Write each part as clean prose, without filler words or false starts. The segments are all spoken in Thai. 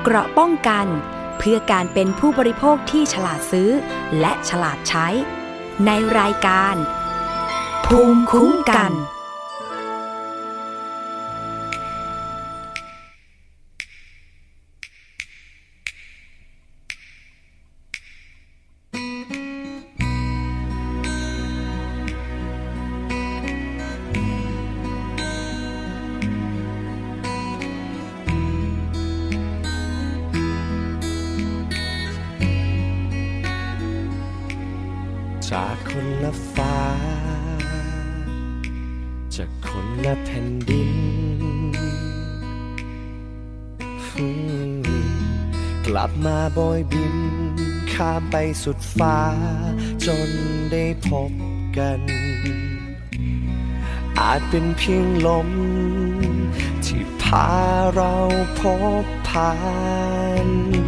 เกราะป้องกันเพื่อการเป็นผู้บริโภคที่ฉลาดซื้อและฉลาดใช้ในรายการภูมิคุ้มกันจากคนละฟ้าจากคนละแผ่นดินกลับมาโบยบินข้ามไปสุดฟ้าจนได้พบกันอาจเป็นเพียงลมที่พาเราพบผ่าน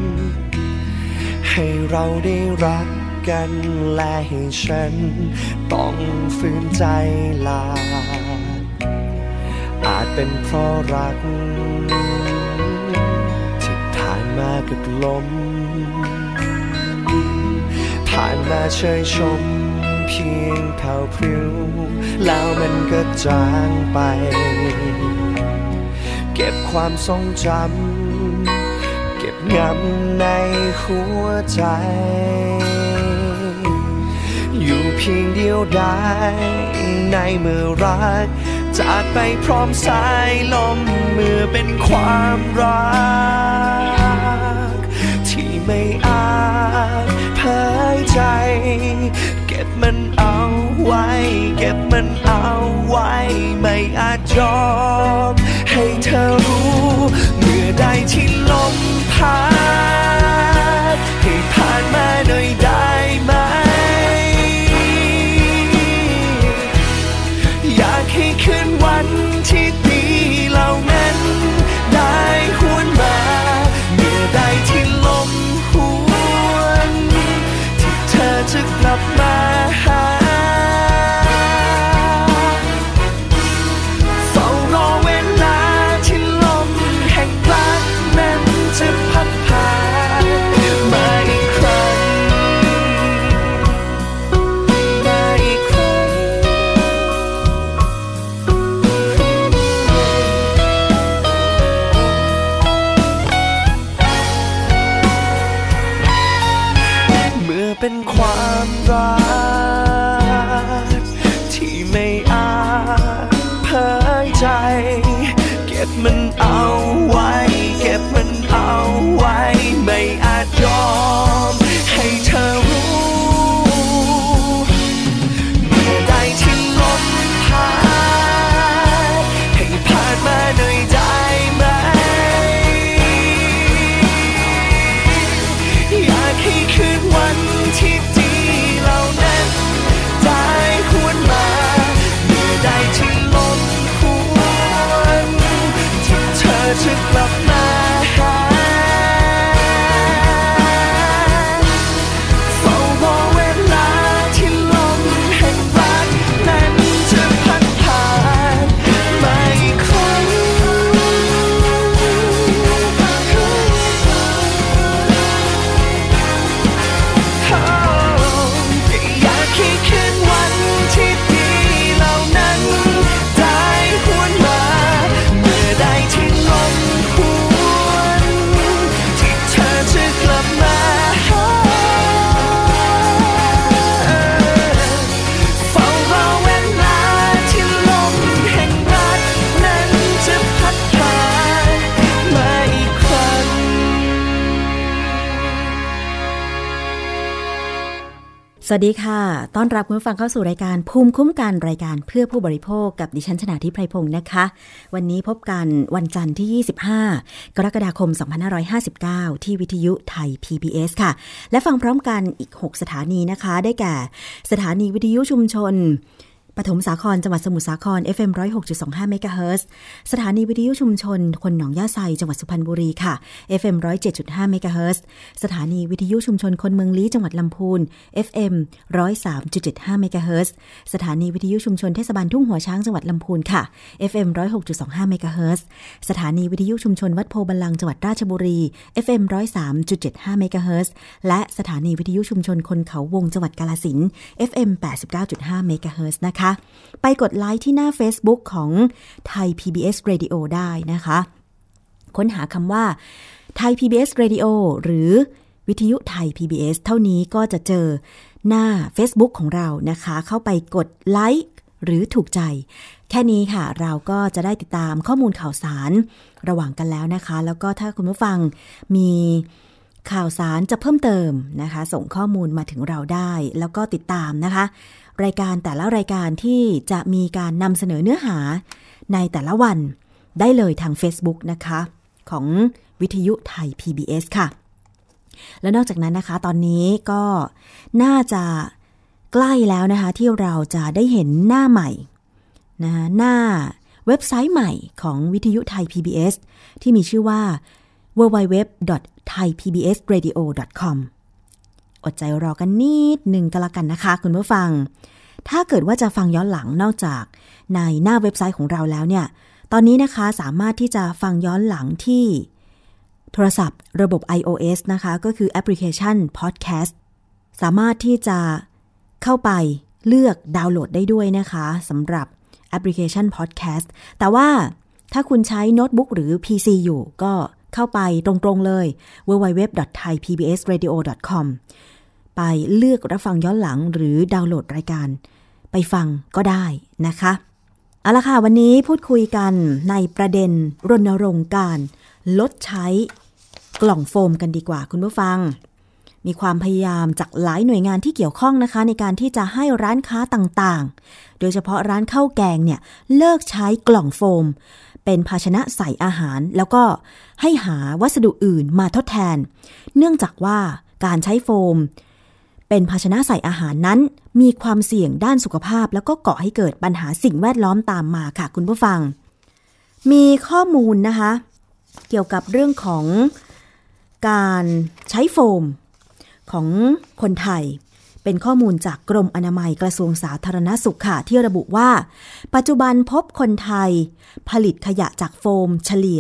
ให้เราได้รักกันและให้ฉันต้องฝืนใจลาอาจเป็นเพราะรักที่ผ่านมากับลมผ่านมาเชยชมเพียงเผาพริ้วแล้วมันก็จางไปเก็บความทรงจำเก็บงำในหัวใจอยู่เพียงเดียวดายในเมื่อรักจากไปพร้อมสายลมเมื่อเป็นความรักที่ไม่อาจเผยใจเก็บมันเอาไว้เก็บมันเอาไว้ไม่อาจยอมให้เธอรู้เมื่อใดที่ลมพัดให้ผ่านมาหน่อยได้ไหมอยากให้คืนวันที่ดีเหล่านั้นได้หวนมาเมื่อใดที่ลมหวนที่เธอจะกลับมาหาเฝ้ารอเวลาที่ลมแห่งรักนั้นจะพัดพามาอีกครั้งมาอีกครั้งเมื่อเป็นความรักที่ไม่อาจเผยใจเก็บมันเอาไว้เก็บมันเอาไว้ไม่อาจยอมให้เธอรู้เมื่อใดที่ลมพัดให้ผ่านมาหน่อยได้ไหมอยากให้คืนวันที่ดีเหล่านั้นได้หวนมาเมื่อใดที่ลมหวนที่เธอจะกลับมาหาเฝ้ารอเวลาที่ลมแห่งรักนั้นจะพัดผ่านมาอีกครั้งอยากให้คืนวันที่ดีเหล่านั้นได้หวนมาเมื่อใดที่ลมหวนที่เธอจะกลับมาหาเฝ้ารอเวลาที่ลมแห่งรักนั้นจะพัดผ่านมาอีกครั้งสวัสดีค่ะต้อนรับคุณผู้ฟังเข้าสู่รายการภูมิคุ้มกันรายการเพื่อผู้บริโภคกับดิฉันชนาธิไพพงศ์นะคะวันนี้พบกันวันจันทร์ที่25กรกฎาคม2559ที่วิทยุไทย PBS ค่ะและฟังพร้อมกันอีก6สถานีนะคะได้แก่สถานีวิทยุชุมชนปฐมสาครจังหวัดสมุทรสาคร FM 106.25 เมกะเฮิรตซ์สถานีวิทยุชุมชนคนหนองย่าไซจังหวัดสุพรรณบุรีค่ะ FM 107.5 เมกะเฮิรตซ์สถานีวิทยุชุมชนคนเมืองลี้จังหวัดลำพูน FM 103.75 เมกะเฮิรตซ์สถานีวิทยุชุมชนเทศบาลทุ่งหัวช้างจังหวัดลำพูนค่ะ FM 106.25 เมกะเฮิรตซ์สถานีวิทยุชุมชนวัดโพบัลลังก์จังหวัดราชบุรี FM 103.75 เมกะเฮิรตซ์และสถานีวิทยุชุมชนคนเขาวงจังหวัดกาฬสินธุ์ FM 89.5 เมกะเฮิรตซ์นะคะไปกดไลค์ที่หน้า Facebook ของไทย PBS Radio ได้นะคะค้นหาคำว่าไทย PBS Radio หรือวิทยุไทย PBS เท่านี้ก็จะเจอหน้า Facebook ของเรานะคะเข้าไปกดไลค์หรือถูกใจแค่นี้ค่ะเราก็จะได้ติดตามข้อมูลข่าวสารระหว่างกันแล้วนะคะแล้วก็ถ้าคุณผู้ฟังมีข่าวสารจะเพิ่มเติมนะคะส่งข้อมูลมาถึงเราได้แล้วก็ติดตามนะคะรายการแต่ละรายการที่จะมีการนำเสนอเนื้อหาในแต่ละวันได้เลยทาง Facebook นะคะของวิทยุไทย PBS ค่ะและนอกจากนั้นนะคะตอนนี้ก็น่าจะใกล้แล้วนะคะที่เราจะได้เห็นหน้าใหม่นะคะหน้าเว็บไซต์ใหม่ของวิทยุไทย PBS ที่มีชื่อว่า www.thaipbsradio.com อดใจรอกันนิดหนึ่งก็แล้วกันนะคะคุณผู้ฟังถ้าเกิดว่าจะฟังย้อนหลังนอกจากในหน้าเว็บไซต์ของเราแล้วเนี่ยตอนนี้นะคะสามารถที่จะฟังย้อนหลังที่โทรศัพท์ระบบ iOS นะคะก็คือแอปพลิเคชัน Podcast สามารถที่จะเข้าไปเลือกดาวน์โหลดได้ด้วยนะคะสำหรับแอปพลิเคชัน Podcast แต่ว่าถ้าคุณใช้โน้ตบุ๊กหรือ PC อยู่ก็เข้าไปตรงๆเลย www.thaipbsradio.com ไปเลือกรับฟังย้อนหลังหรือดาวน์โหลดรายการไปฟังก็ได้นะคะเอาล่ะค่ะวันนี้พูดคุยกันในประเด็นรณรงค์การลดใช้กล่องโฟมกันดีกว่าคุณผู้ฟังมีความพยายามจากหลายหน่วยงานที่เกี่ยวข้องนะคะในการที่จะให้ร้านค้าต่างๆโดยเฉพาะร้านข้าวแกงเนี่ยเลิกใช้กล่องโฟมเป็นภาชนะใส่อาหารแล้วก็ให้หาวัสดุอื่นมาทดแทนเนื่องจากว่าการใช้โฟมเป็นภาชนะใส่อาหารนั้นมีความเสี่ยงด้านสุขภาพแล้วก็ก่อให้เกิดปัญหาสิ่งแวดล้อมตามมาค่ะคุณผู้ฟังมีข้อมูลนะคะเกี่ยวกับเรื่องของการใช้โฟมของคนไทยเป็นข้อมูลจากกรมอนามัยกระทรวงสาธารณสุขค่ะที่ระบุว่าปัจจุบันพบคนไทยผลิตขยะจากโฟมเฉลี่ย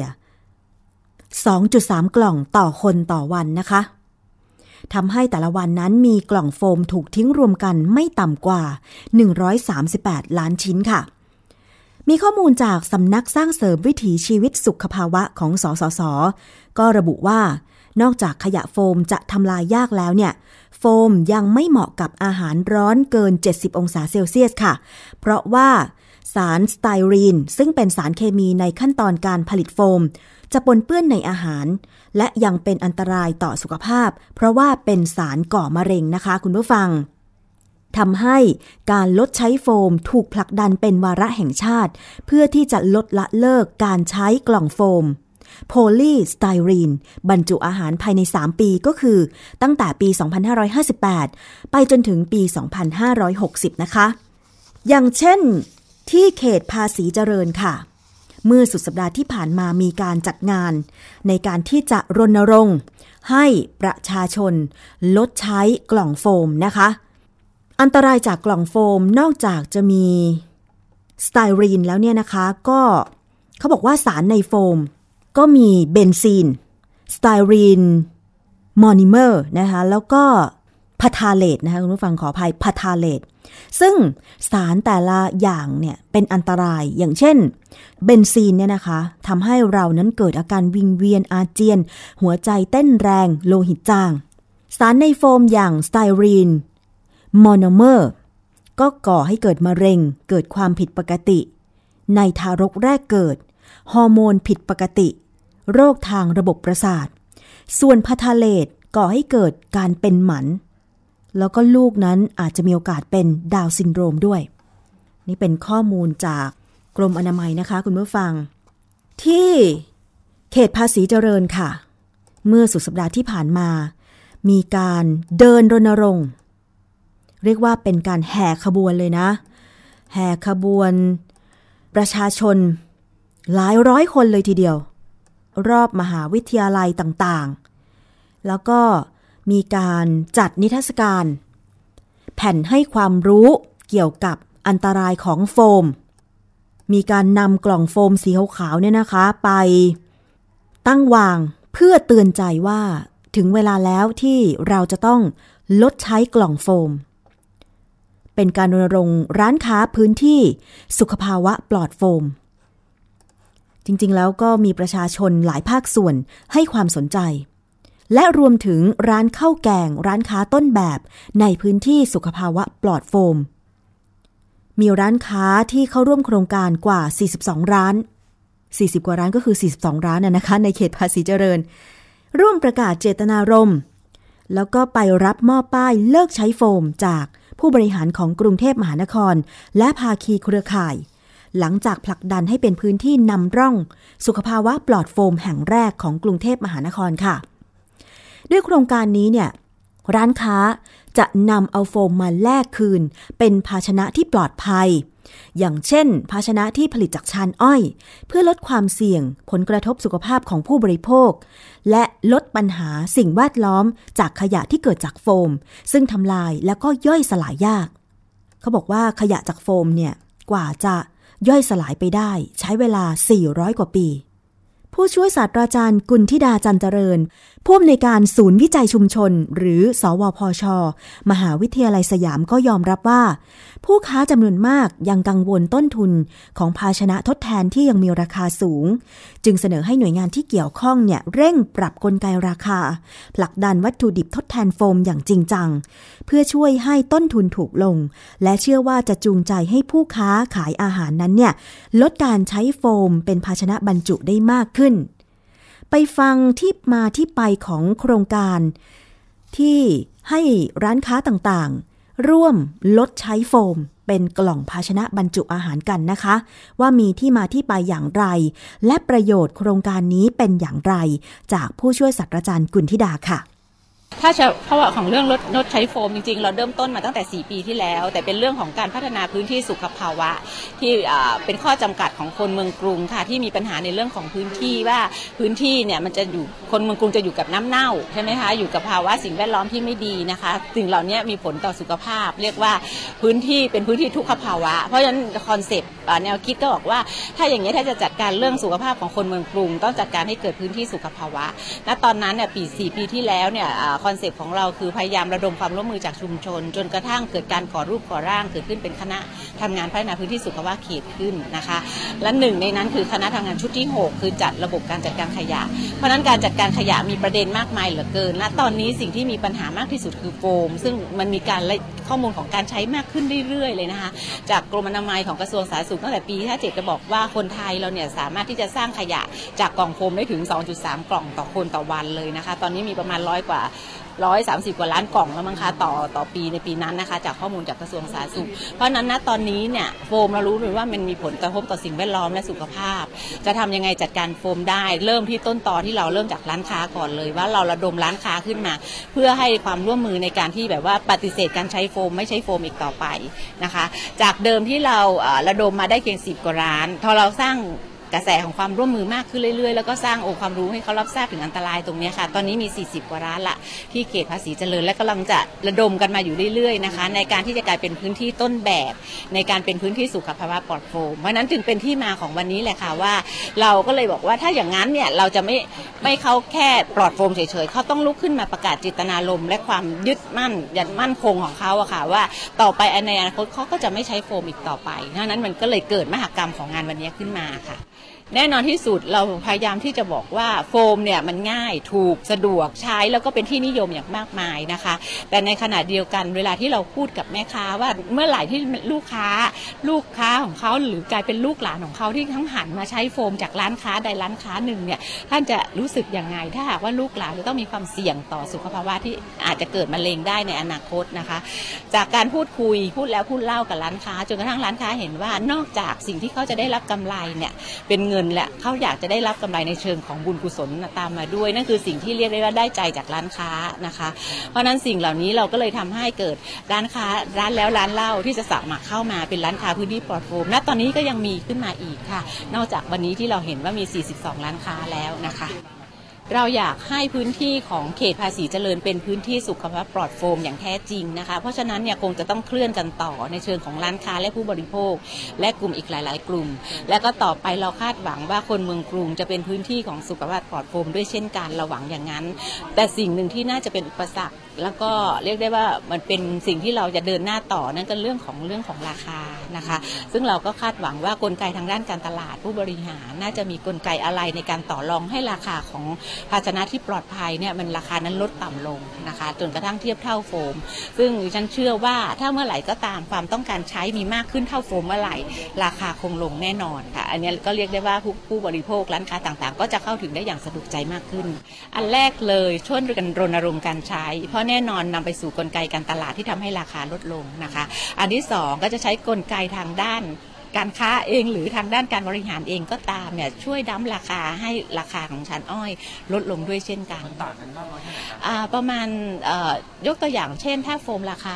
2.3 กล่องต่อคนต่อวันนะคะทำให้แต่ละวันนั้นมีกล่องโฟมถูกทิ้งรวมกันไม่ต่ำกว่า138ล้านชิ้นค่ะมีข้อมูลจากสำนักสร้างเสริมวิถีชีวิตสุขภาวะของสสส.ก็ระบุว่านอกจากขยะโฟมจะทำลายยากแล้วเนี่ยโฟมยังไม่เหมาะกับอาหารร้อนเกิน70องศาเซลเซียสค่ะเพราะว่าสารสไตรีนซึ่งเป็นสารเคมีในขั้นตอนการผลิตโฟมจะปนเปื้อนในอาหารและยังเป็นอันตรายต่อสุขภาพเพราะว่าเป็นสารก่อมะเร็งนะคะคุณผู้ฟังทำให้การลดใช้โฟมถูกผลักดันเป็นวาระแห่งชาติเพื่อที่จะลดละเลิกการใช้กล่องโฟมโพลีสไตรีนบรรจุอาหารภายใน3ปีก็คือตั้งแต่ปี2558ไปจนถึงปี2560นะคะอย่างเช่นที่เขตภาษีเจริญค่ะเมื่อสุดสัปดาห์ที่ผ่านมามีการจัดงานในการที่จะรณรงค์ให้ประชาชนลดใช้กล่องโฟมนะคะอันตรายจากกล่องโฟมนอกจากจะมีสไตรีนแล้วเนี่ยนะคะก็เขาบอกว่าสารในโฟมก็มีเบนซีนสไตรีนมอนิเมอร์นะคะแล้วก็พาทาเลตนะคะคุณผู้ฟังขออภัยพาทาเลตซึ่งสารแต่ละอย่างเนี่ยเป็นอันตรายอย่างเช่นเบนซีนเนี่ยนะคะทำให้เรานั้นเกิดอาการวิงเวียนอาเจียนหัวใจเต้นแรงโลหิตจางสารในโฟมอย่างสไตรีนมอนเมอร์ก็ก่อให้เกิดมะเร็งเกิดความผิดปกติในทารกแรกเกิดฮอร์โมนผิดปกติโรคทางระบบประสาทส่วนพาทาเลตก่อให้เกิดการเป็นหมันแล้วก็ลูกนั้นอาจจะมีโอกาสเป็นดาวน์ซินโดรมด้วยนี่เป็นข้อมูลจากกรมอนามัยนะคะคุณผู้ฟังที่เขตภาษีเจริญค่ะเมื่อสุดสัปดาห์ที่ผ่านมามีการเดินรณรงค์เรียกว่าเป็นการแห่ขบวนเลยนะแห่ขบวนประชาชนหลายร้อยคนเลยทีเดียวรอบมหาวิทยาลัยต่างๆแล้วก็มีการจัดนิทรรศการแผ่นให้ความรู้เกี่ยวกับอันตรายของโฟมมีการนำกล่องโฟมสีขาวๆเนี่ยนะคะไปตั้งวางเพื่อเตือนใจว่าถึงเวลาแล้วที่เราจะต้องลดใช้กล่องโฟมเป็นการรณรงค์ร้านค้าพื้นที่สุขภาวะปลอดโฟมจริงๆแล้วก็มีประชาชนหลายภาคส่วนให้ความสนใจและรวมถึงร้านข้าวแกงร้านค้าต้นแบบในพื้นที่สุขภาวะปลอดโฟมมีร้านค้าที่เข้าร่วมโครงการกว่า42ร้าน40กว่าร้านก็คือ42ร้านนะคะในเขตภาษีเจริญร่วมประกาศเจตนารมณ์แล้วก็ไปรับมอบป้ายเลิกใช้โฟมจากผู้บริหารของกรุงเทพมหานครและภาคีเครือข่ายหลังจากผลักดันให้เป็นพื้นที่นำร่องสุขภาวะปลอดโฟมแห่งแรกของกรุงเทพมหานครค่ะด้วยโครงการนี้เนี่ยร้านค้าจะนำเอาโฟมมาแลกคืนเป็นภาชนะที่ปลอดภัยอย่างเช่นภาชนะที่ผลิตจากชานอ้อยเพื่อลดความเสี่ยงผลกระทบสุขภาพของผู้บริโภคและลดปัญหาสิ่งแวดล้อมจากขยะที่เกิดจากโฟมซึ่งทำลายแล้วก็ย่อยสลายยากเขาบอกว่าขยะจากโฟมเนี่ยกว่าจะย่อยสลายไปได้ใช้เวลา400กว่าปีผู้ช่วยศาสตราจารย์กุลธิดาจันเจริญผู้อำนวยการศูนย์วิจัยชุมชนหรือสวพช.มหาวิทยาลัยสยามก็ยอมรับว่าผู้ค้าจำนวนมากยังกังวลต้นทุนของภาชนะทดแทนที่ยังมีราคาสูงจึงเสนอให้หน่วยงานที่เกี่ยวข้องเนี่ยเร่งปรับกลไกราคาผลักดันวัตถุดิบทดแทนโฟมอย่างจริงจังเพื่อช่วยให้ต้นทุนถูกลงและเชื่อว่าจะจูงใจให้ผู้ค้าขายอาหารนั้นเนี่ยลดการใช้โฟมเป็นภาชนะบรรจุได้มากขึ้นไปฟังที่มาที่ไปของโครงการที่ให้ร้านค้าต่างๆร่วมลดใช้โฟมเป็นกล่องภาชนะบรรจุอาหารกันนะคะว่ามีที่มาที่ไปอย่างไรและประโยชน์โครงการนี้เป็นอย่างไรจากผู้ช่วยศาสตราจารย์กุลธิดาค่ะถ้าเฉพาะของเรื่องลดใช้โฟมจริงๆเราเริ่มต้นมาตั้งแต่4ปีที่แล้วแต่เป็นเรื่องของการพัฒนาพื้นที่สุขภาวะที่เป็นข้อจำกัดของคนเมืองกรุงค่ะที่มีปัญหาในเรื่องของพื้นที่ว่าพื้นที่เนี่ยมันจะอยู่คนเมืองกรุงจะอยู่กับน้ำเน่าใช่ไหมคะอยู่กับภาวะสิ่งแวดล้อมที่ไม่ดีนะคะสิ่งเหล่านี้มีผลต่อสุขภาพเรียกว่าพื้นที่เป็นพื้นที่ทุกขภาวะเพราะฉะนั้นคอนเซปต์แนวคิดก็บอกว่าถ้าอย่างนี้ถ้าจะจัดการเรื่องสุขภาพของคนเมืองกรุงต้องจัดการให้เกิดพื้นที่สุขภาวะณตอนนั้นเนี่ย4 ปีที่แล้วเนี่ยคอนเซปต์ของเราคือพยายามระดมความร่วมมือจากชุมชนจนกระทั่งเกิดการก่อรูปก่อร่างเกิดขึ้นเป็นคณะทำงานพัฒนาพื้นที่สุขภาพเขตขึ้นนะคะและหนึ่งในนั้นคือคณะทำงานชุดที่6คือจัดระบบการจัดการขยะเพราะนั้นการจัดการขยะมีประเด็นมากมายเหลือเกินและตอนนี้สิ่งที่มีปัญหามากที่สุดคือโฟมซึ่งมันมีการข้อมูลของการใช้มากขึ้นเรื่อยๆเลยนะคะจากกรมอนามัยของกระทรวงสาธารณสุขตั้งแต่ปี57จะบอกว่าคนไทยเราเนี่ยสามารถที่จะสร้างขยะจากกล่องโฟมได้ถึง 2.3 กล่องต่อคนต่อวันเลยนะคะตอนนี้มีประมาณ130 กว่าล้านกล่องแล้วมั้งคะต่อปีในปีนั้นนะคะจากข้อมูลจากกระทรวงสาธารณสุขเพราะนั้นนะตอนนี้เนี่ยโฟมเรารู้เลยว่ามันมีผลกระทบต่อสิ่งแวดล้อมและสุขภาพจะทำยังไงจัดการโฟมได้เริ่มที่ต้นตอที่เราเริ่มจากร้านค้าก่อนเลยว่าเราระดมร้านค้าขึ้นมาเพื่อให้ความร่วมมือในการที่แบบว่าปฏิเสธการใช้โฟมไม่ใช้โฟมอีกต่อไปนะคะจากเดิมที่เราระดมมาได้เพียง10 กว่าร้านพอเราสร้างกระแสของความร่วมมือมากขึ้นเรื่อยๆแล้วก็สร้างองค์ความรู้ให้เขารับทราบถึงอันตรายตรงนี้ค่ะตอนนี้มี40 กว่าร้านละที่เขตภาษีเจริญและกำลังจะระดมกันมาอยู่เรื่อยๆนะคะในการที่จะกลายเป็นพื้นที่ต้นแบบในการเป็นพื้นที่สุขภาวะปลอดโฟมเพราะนั้นจึงเป็นที่มาของวันนี้แหละค่ะว่าเราก็เลยบอกว่าถ้าอย่างนั้นเนี่ยเราจะไม่เขาแค่ปลอดโฟมเฉยๆเขาต้องลุกขึ้นมาประกาศเจตนารมณ์และความยึดมั่นยันมั่นคงของเขาอะค่ะว่าต่อไปในอนาคตเขาก็จะไม่ใช้โฟมอีกต่อไปเพราะนั้นมันก็เลยเกิดมหกรรมของงานวันนี้ขึ้นมาค่ะแน่นอนที่สุดเราพยายามที่จะบอกว่าโฟมเนี่ยมันง่ายถูกสะดวกใช้แล้วก็เป็นที่นิยมอย่างมากมายนะคะแต่ในขณะเดียวกันเวลาที่เราพูดกับแม่ค้าว่าเมื่อไหร่ที่ลูกค้าของเขาหรือกลายเป็นลูกหลานของเขาที่ทั้งหันมาใช้โฟมจากร้านค้าใดร้านค้าหนึ่งเนี่ยท่านจะรู้สึกยังไงถ้าหากว่าลูกหลานจะต้องมีความเสี่ยงต่อสุขภาวะที่อาจจะเกิดมะเร็งได้ในอนาคตนะคะจากการพูดคุยพูดแล้วพูดเล่ากับร้านค้าจนกระทั่งร้านค้าเห็นว่านอกจากสิ่งที่เขาจะได้รับกำไรเนี่ยเป็นเงินงินและเขาอยากจะได้รับกำไรในเชิงของบุญกุศลตามมาด้วยนั่นคือสิ่งที่เรียกได้ว่าได้ใจจากร้านค้านะคะเพราะนั้นสิ่งเหล่านี้เราก็เลยทำให้เกิดร้านค้าร้านแล้วร้านเล่าที่จะสามารถเข้ามาเป็นร้านค้าพื้นที่ปลอดโฟมณตอนนี้ก็ยังมีขึ้นมาอีกค่ะนอกจากวันนี้ที่เราเห็นว่ามี42ร้านค้าแล้วนะคะเราอยากให้พื้นที่ของเขตภาษีเจริญเป็นพื้นที่สุขภาพปลอดโฟมอย่างแท้จริงนะคะเพราะฉะนั้นเนี่ยคงจะต้องเคลื่อนกันต่อในเชิงของร้านค้าและผู้บริโภคและกลุ่มอีกหลายๆกลุ่มและก็ต่อไปเราคาดหวังว่าคนเมืองกรุงจะเป็นพื้นที่ของสุขภาพปลอดโฟมด้วยเช่นกันเราหวังอย่างนั้นแต่สิ่งหนึ่งที่น่าจะเป็นอุปสรรคแล้วก็เรียกได้ว่ามันเป็นสิ่งที่เราจะเดินหน้าต่อนั่นก็เรื่องของราคานะคะซึ่งเราก็คาดหวังว่ากลไกทางด้านการตลาดผู้บริหารน่าจะมีกลไกอะไรในการต่อรองให้ราคาของภาชนะที่ปลอดภัยเนี่ยมันราคานั้นลดต่ำลงนะคะจนกระทั่งเทียบเท่าโฟมซึ่งฉันเชื่อว่าถ้าเมื่อไหร่ก็ตามความต้องการใช้มีมากขึ้นเท่าโฟมเมื่อไหร่ราคาคงลงแน่นอนค่ะอันนี้ก็เรียกได้ว่าผู้บริโภคร้านค้าต่างๆก็จะเข้าถึงได้อย่างสะดวกใจมากขึ้นอันแรกเลยช่วยกันรณรงค์การใช้เพราะแน่นอนนำไปสู่กลไกการตลาดที่ทำให้ราคาลดลงนะคะอันที่2ก็จะใช้กลไกทางด้านการค้าเองหรือทางด้านการบริหารเองก็ตามเนี่ยช่วยดั้มราคาให้ราคาของชานอ้อยลดลงด้วยเช่นกันต่างกันมากน้อยประมาณยกตัวอย่างเช่นถ้าโฟมราคา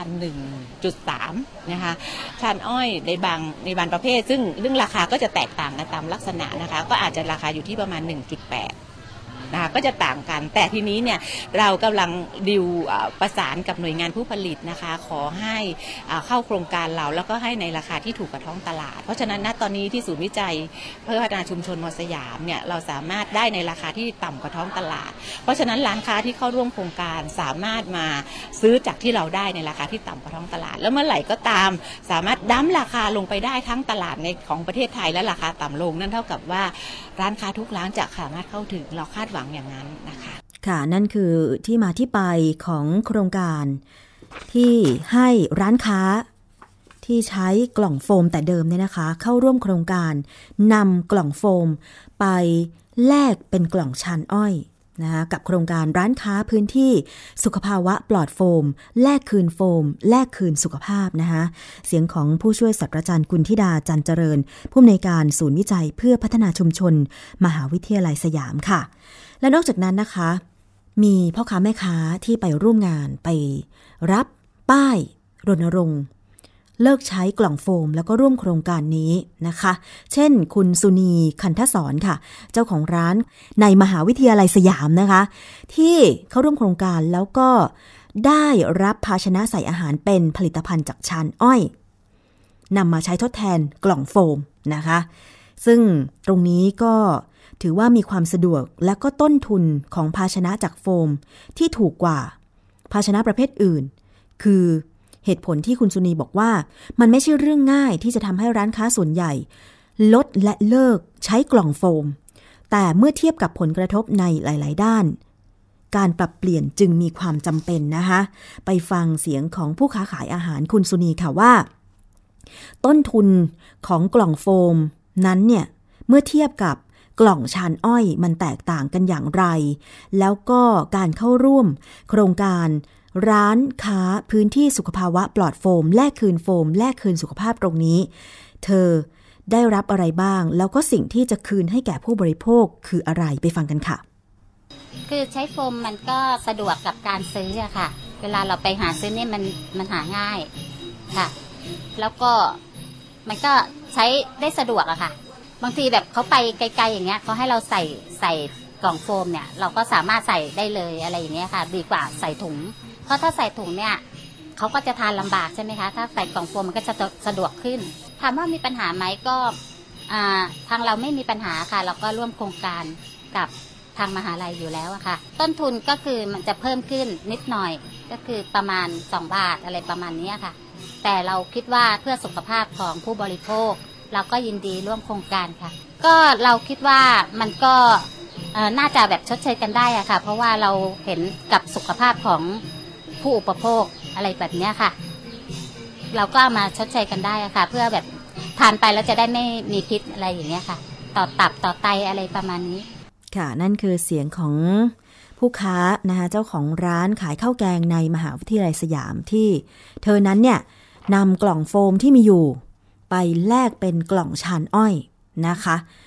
1.3 นะคะชานอ้อยในบางประเภทซึ่งเรื่องราคาก็จะแตกต่างกันตามลักษณะนะคะก็อาจจะราคาอยู่ที่ประมาณ 1.8นะคะก็จะต่างกันแต่ทีนี้เนี่ยเรากำลังดิวประสานกับหน่วยงานผู้ผลิตนะคะขอให้เข้าโครงการเราแล้วก็ให้ในราคาที่ถูกกว่าท้องตลาดเพราะฉะนั้นณตอนนี้ที่ศูนย์วิจัยเพื่อพัฒนาชุมชนมอสยามเนี่ยเราสามารถได้ในราคาที่ต่ำกว่าท้องตลาดเพราะฉะนั้นร้านค้าที่เข้าร่วมโครงการสามารถมาซื้อจากที่เราได้ในราคาที่ต่ำกว่าท้องตลาดแล้วเมื่อไหร่ก็ตามสามารถดั้มราคาลงไปได้ทั้งตลาดในของประเทศไทยและราคาต่ำลงนั่นเท่ากับว่าร้านค้าทุกร้านจะสามารถเข้าถึงเราคาดหวังอย่างนั้นนะคะค่ะนั่นคือที่มาที่ไปของโครงการที่ให้ร้านค้าที่ใช้กล่องโฟมแต่เดิมเนี่ยนะคะเข้าร่วมโครงการนำกล่องโฟมไปแลกเป็นกล่องชานอ้อยนะคะกับโครงการร้านค้าพื้นที่สุขภาวะปลอดโฟมแลกคืนโฟมแลกคืนสุขภาพนะคะเสียงของผู้ช่วยศาสตราจารย์กุลธิดาจันเจริญผู้อำนวยการศูนย์วิจัยเพื่อพัฒนาชุมชนมหาวิทยาลัยสยามค่ะและนอกจากนั้นนะคะมีพ่อค้าแม่ค้าที่ไปร่วมงานไปรับป้ายรณรงค์เลิกใช้กล่องโฟมแล้วก็ร่วมโครงการนี้นะคะเช่นคุณสุนีคันธศรค่ะเจ้าของร้านในมหาวิทยาลัยสยามนะคะที่เข้าร่วมโครงการแล้วก็ได้รับภาชนะใส่อาหารเป็นผลิตภัณฑ์จากชานอ้อยนำมาใช้ทดแทนกล่องโฟมนะคะซึ่งตรงนี้ก็ถือว่ามีความสะดวกและก็ต้นทุนของภาชนะจากโฟมที่ถูกกว่าภาชนะประเภทอื่นคือเหตุผลที่คุณสุนีบอกว่ามันไม่ใช่เรื่องง่ายที่จะทำให้ร้านค้าส่วนใหญ่ลดและเลิกใช้กล่องโฟมแต่เมื่อเทียบกับผลกระทบในหลายๆด้านการปรับเปลี่ยนจึงมีความจำเป็นนะคะไปฟังเสียงของผู้ค้าขายอาหารคุณสุนีค่ะว่าต้นทุนของกล่องโฟมนั้นเนี่ยเมื่อเทียบกับกล่องชานอ้อยมันแตกต่างกันอย่างไรแล้วก็การเข้าร่วมโครงการร้านค้าพื้นที่สุขภาวะปลอดโฟมแลกคืนโฟมแลกคืนสุขภาพตรงนี้เธอได้รับอะไรบ้างแล้วก็สิ่งที่จะคืนให้แก่ผู้บริโภคคืออะไรไปฟังกันค่ะคือใช้โฟมมันก็สะดวกกับการซื้ออะค่ะเวลาเราไปหาซื้อเนี่ยมันหาง่ายค่ะแล้วก็มันก็ใช้ได้สะดวกอะค่ะบางทีแบบเขาไปไกลๆอย่างเงี้ยเขาให้เราใส่กล่องโฟมเนี่ยเราก็สามารถใส่ได้เลยอะไรอย่างเงี้ยค่ะดีกว่าใส่ถุงเพราะถ้าใส่ถุงเนี่ยเขาก็จะทานลำบากใช่ไหมคะถ้าใส่กล่องโฟมมันก็จะสะดวกขึ้นถามว่ามีปัญหาไหมก็ทางเราไม่มีปัญหาค่ะเราก็ร่วมโครงการกับทางมหาลัยอยู่แล้วอะค่ะต้นทุนก็คือมันจะเพิ่มขึ้นนิดหน่อยก็คือประมาณ2 บาทอะไรประมาณนี้ค่ะแต่เราคิดว่าเพื่อสุขภาพของผู้บริโภคเราก็ยินดีร่วมโครงการค่ะก็เราคิดว่ามันก็น่าจะแบบชดเชยกันได้อะค่ะเพราะว่าเราเห็นกับสุขภาพของผู้อุปโภคอะไรแบบนี้ค่ะเราก็มาชดเชยกันได้อะค่ะเพื่อแบบทานไปแล้วจะได้ไม่มีพิษอะไรอย่างเงี้ยค่ะต่อตับต่อไตอะไรประมาณนี้ค่ะนั่นคือเสียงของผู้ค้านะคะเจ้าของร้านขายข้าวแกงในมหาวิทยาลัยสยามที่เธอนั้นเนี่ยนำกล่องโฟมที่มีอยู่ไปแลกเป็นกล่องชานอ้อยนะคะ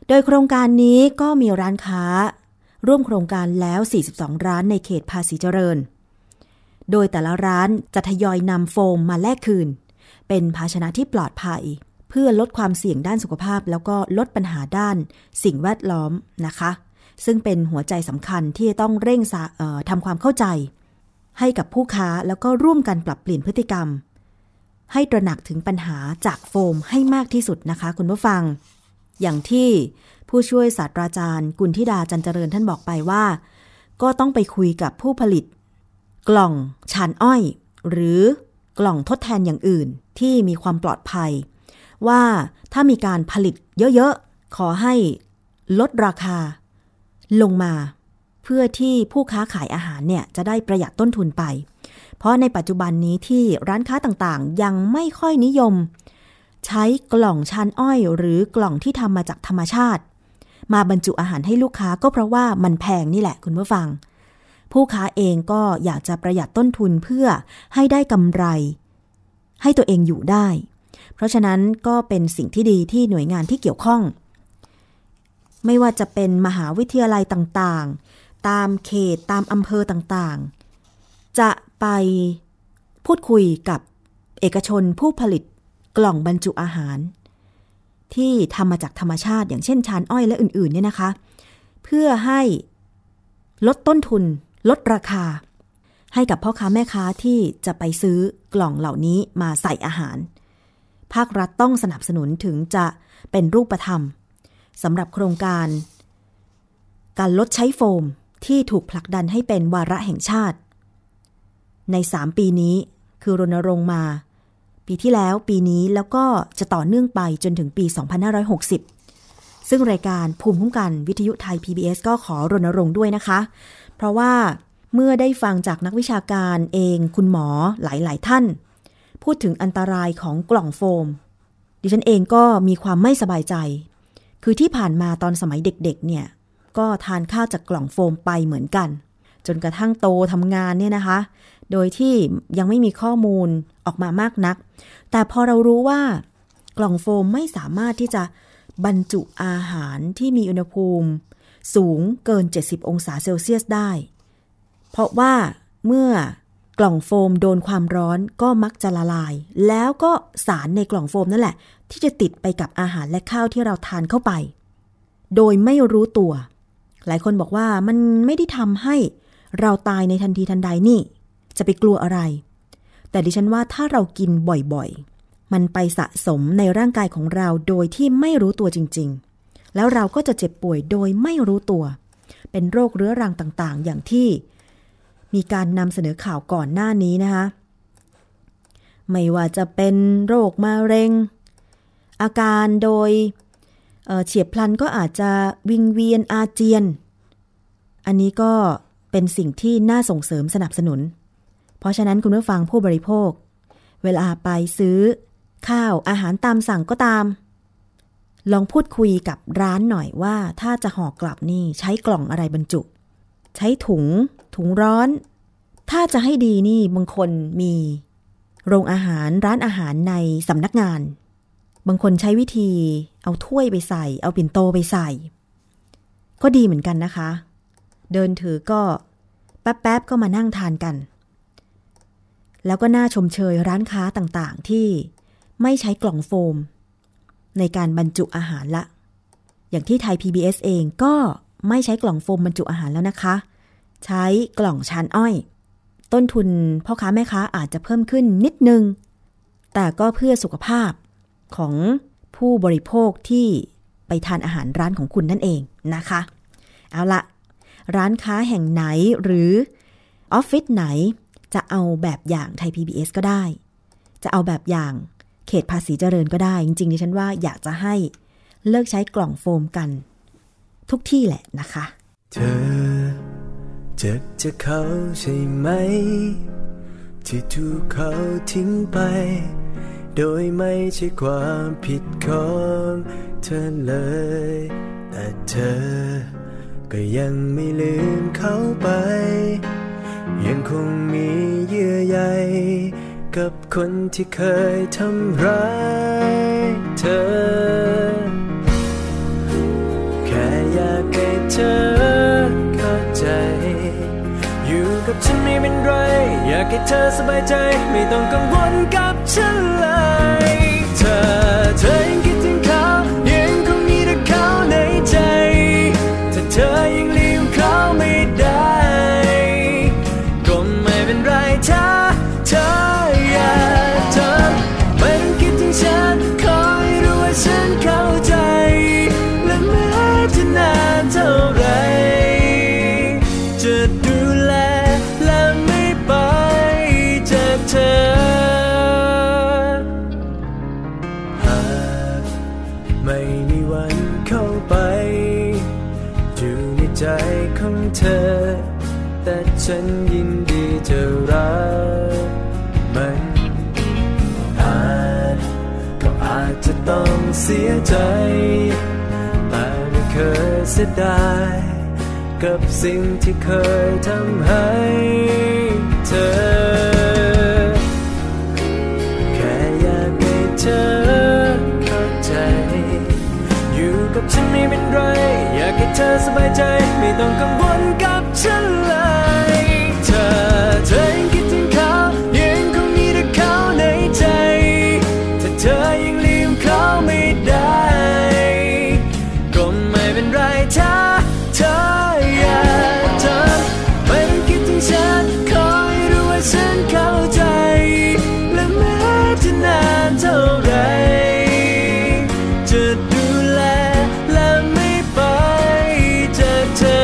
โดยโครงการนี้ก็มีร้านค้าร่วมโครงการแล้ว42ร้านในเขตภาษีเจริญโดยแต่ละร้านจะทยอยนำโฟมมาแลกคืนเป็นภาชนะที่ปลอดภัยเพื่อลดความเสี่ยงด้านสุขภาพแล้วก็ลดปัญหาด้านสิ่งแวดล้อมนะคะซึ่งเป็นหัวใจสำคัญที่ต้องเร่งทำความเข้าใจให้กับผู้ค้าแล้วก็ร่วมกันปรับเปลี่ยนพฤติกรรมให้ตระหนักถึงปัญหาจากโฟมให้มากที่สุดนะคะคุณผู้ฟังอย่างที่ผู้ช่วยศาสตราจารย์กุลธิดาจันเจริญท่านบอกไปว่าก็ต้องไปคุยกับผู้ผลิตกล่องชานอ้อยหรือกล่องทดแทนอย่างอื่นที่มีความปลอดภัยว่าถ้ามีการผลิตเยอะๆขอให้ลดราคาลงมาเพื่อที่ผู้ค้าขายอาหารเนี่ยจะได้ประหยัดต้นทุนไปเพราะในปัจจุบันนี้ที่ร้านค้าต่างๆยังไม่ค่อยนิยมใช้กล่องชานอ้อยหรือกล่องที่ทำมาจากธรรมชาติมาบรรจุอาหารให้ลูกค้าก็เพราะว่ามันแพงนี่แหละคุณผู้ฟังผู้ค้าเองก็อยากจะประหยัดต้นทุนเพื่อให้ได้กำไรให้ตัวเองอยู่ได้เพราะฉะนั้นก็เป็นสิ่งที่ดีที่หน่วยงานที่เกี่ยวข้องไม่ว่าจะเป็นมหาวิทยาลัยต่างๆตามเขตตามอำเภอต่างๆจะไปพูดคุยกับเอกชนผู้ผลิตกล่องบรรจุอาหารที่ทำมาจากธรรมชาติอย่างเช่นชานอ้อยและอื่นๆเนี่ยนะคะเพื่อให้ลดต้นทุนลดราคาให้กับพ่อค้าแม่ค้าที่จะไปซื้อกล่องเหล่านี้มาใส่อาหารภาครัฐต้องสนับสนุนถึงจะเป็นรูปธรรมสำหรับโครงการลดใช้โฟมที่ถูกผลักดันให้เป็นวาระแห่งชาติใน3ปีนี้คือรณรงค์มาปีที่แล้วปีนี้แล้วก็จะต่อเนื่องไปจนถึงปี2560ซึ่งรายการภูมิคุ้มกันวิทยุไทย PBS ก็ขอรณรงค์ด้วยนะคะเพราะว่าเมื่อได้ฟังจากนักวิชาการเองคุณหมอหลายๆท่านพูดถึงอันตรายของกล่องโฟมดิฉันเองก็มีความไม่สบายใจคือที่ผ่านมาตอนสมัยเด็กๆเนี่ยก็ทานข้าวจากกล่องโฟมไปเหมือนกันจนกระทั่งโตทำงานเนี่ยนะคะโดยที่ยังไม่มีข้อมูลออกมามากนักแต่พอเรารู้ว่ากล่องโฟมไม่สามารถที่จะบรรจุอาหารที่มีอุณหภูมิสูงเกิน70องศาเซลเซียสได้เพราะว่าเมื่อกล่องโฟมโดนความร้อนก็มักจะละลายแล้วก็สารในกล่องโฟมนั่นแหละที่จะติดไปกับอาหารและข้าวที่เราทานเข้าไปโดยไม่รู้ตัวหลายคนบอกว่ามันไม่ได้ทำให้เราตายในทันทีทันใดนี่จะไปกลัวอะไรแต่ดิฉันว่าถ้าเรากินบ่อยๆมันไปสะสมในร่างกายของเราโดยที่ไม่รู้ตัวจริงๆแล้วเราก็จะเจ็บป่วยโดยไม่รู้ตัวเป็นโรคเรื้อรังต่างๆอย่างที่มีการนำเสนอข่าวก่อนหน้านี้นะคะไม่ว่าจะเป็นโรคมะเร็งอาการโดยเฉียบพลันก็อาจจะวิงเวียนอาเจียนอันนี้ก็เป็นสิ่งที่น่าส่งเสริมสนับสนุนเพราะฉะนั้นคุณผู้ฟังผู้บริโภคเวลาไปซื้อข้าวอาหารตามสั่งก็ตามลองพูดคุยกับร้านหน่อยว่าถ้าจะห่อกลับนี่ใช้กล่องอะไรบรรจุใช้ถุงร้อนถ้าจะให้ดีนี่บางคนมีโรงอาหารร้านอาหารในสำนักงานบางคนใช้วิธีเอาถ้วยไปใส่เอาปิ่นโตไปใส่ก็ดีเหมือนกันนะคะเดินถือก็แป๊บๆก็มานั่งทานกันแล้วก็น่าชมเชยร้านค้าต่างๆที่ไม่ใช้กล่องโฟมในการบรรจุอาหารละอย่างที่ไทย PBS เองก็ไม่ใช้กล่องโฟมบรรจุอาหารแล้วนะคะใช้กล่องชานอ้อยต้นทุนพ่อค้าแม่ค้าอาจจะเพิ่มขึ้นนิดนึงแต่ก็เพื่อสุขภาพของผู้บริโภคที่ไปทานอาหารร้านของคุณนั่นเองนะคะเอาละร้านค้าแห่งไหนหรือออฟฟิศไหนจะเอาแบบอย่างไทย PBS ก็ได้จะเอาแบบอย่างเขตภาษีเจริญก็ได้จริงๆดิฉันว่าอยากจะให้เลิกใช้กล่องโฟมกันทุกที่แหละนะคะเธอจะเขาใช่ไหมที่ถูกเขาทิ้งไปโดยไม่ใช่ความผิดของเธอเลยแต่เธอก็ยังไม่ลืมเขาไปยังคงมีเยื่อใยกับคนที่เคยทำร้ายเธอธอเข้าใจอยู่กับฉันไม่เป็นไรอยากให้เธอสบายใจไม่ต้องกังวลกับฉันเลยเธอยังคิดถึงเขายังคงมีแต่เขาในใจถ้าเธอยังลืมเขาไม่ได้ก็ไม่เป็นไรถ้าเธออยากทำไม่ต้องคิดถึงฉันขอให้รู้ว่าฉันเข้าใจและแม้จะนานเท่าไรจะดูแลและไม่ไปจากเธอหากไม่มีวันเข้าไปอยู่ในใจของเธอแต่ฉันยินดีจะรักมันก็อาจจะต้องเสียใจแต่ไม่เคยเสียดายกับสิ่งที่เคยทำให้เธอแค่อยากให้เธอเข้าใจอยู่กับฉันไม่เป็นไรอยากให้เธอสบายใจไม่ต้องกังวลกับฉันเลยเธอยังคิดถึงเขายังคงมีแต่เขาในใจถ้าเธอยังลืมเขาไม่ได้ก็ไม่เป็นไรถ้าเธออยากทำไม่ต้องคิดถึงฉันขอให้รู้ว่าฉันเข้าใจและแม้จะนานเท่าไรจะดูแลและไม่ไปจากเธอ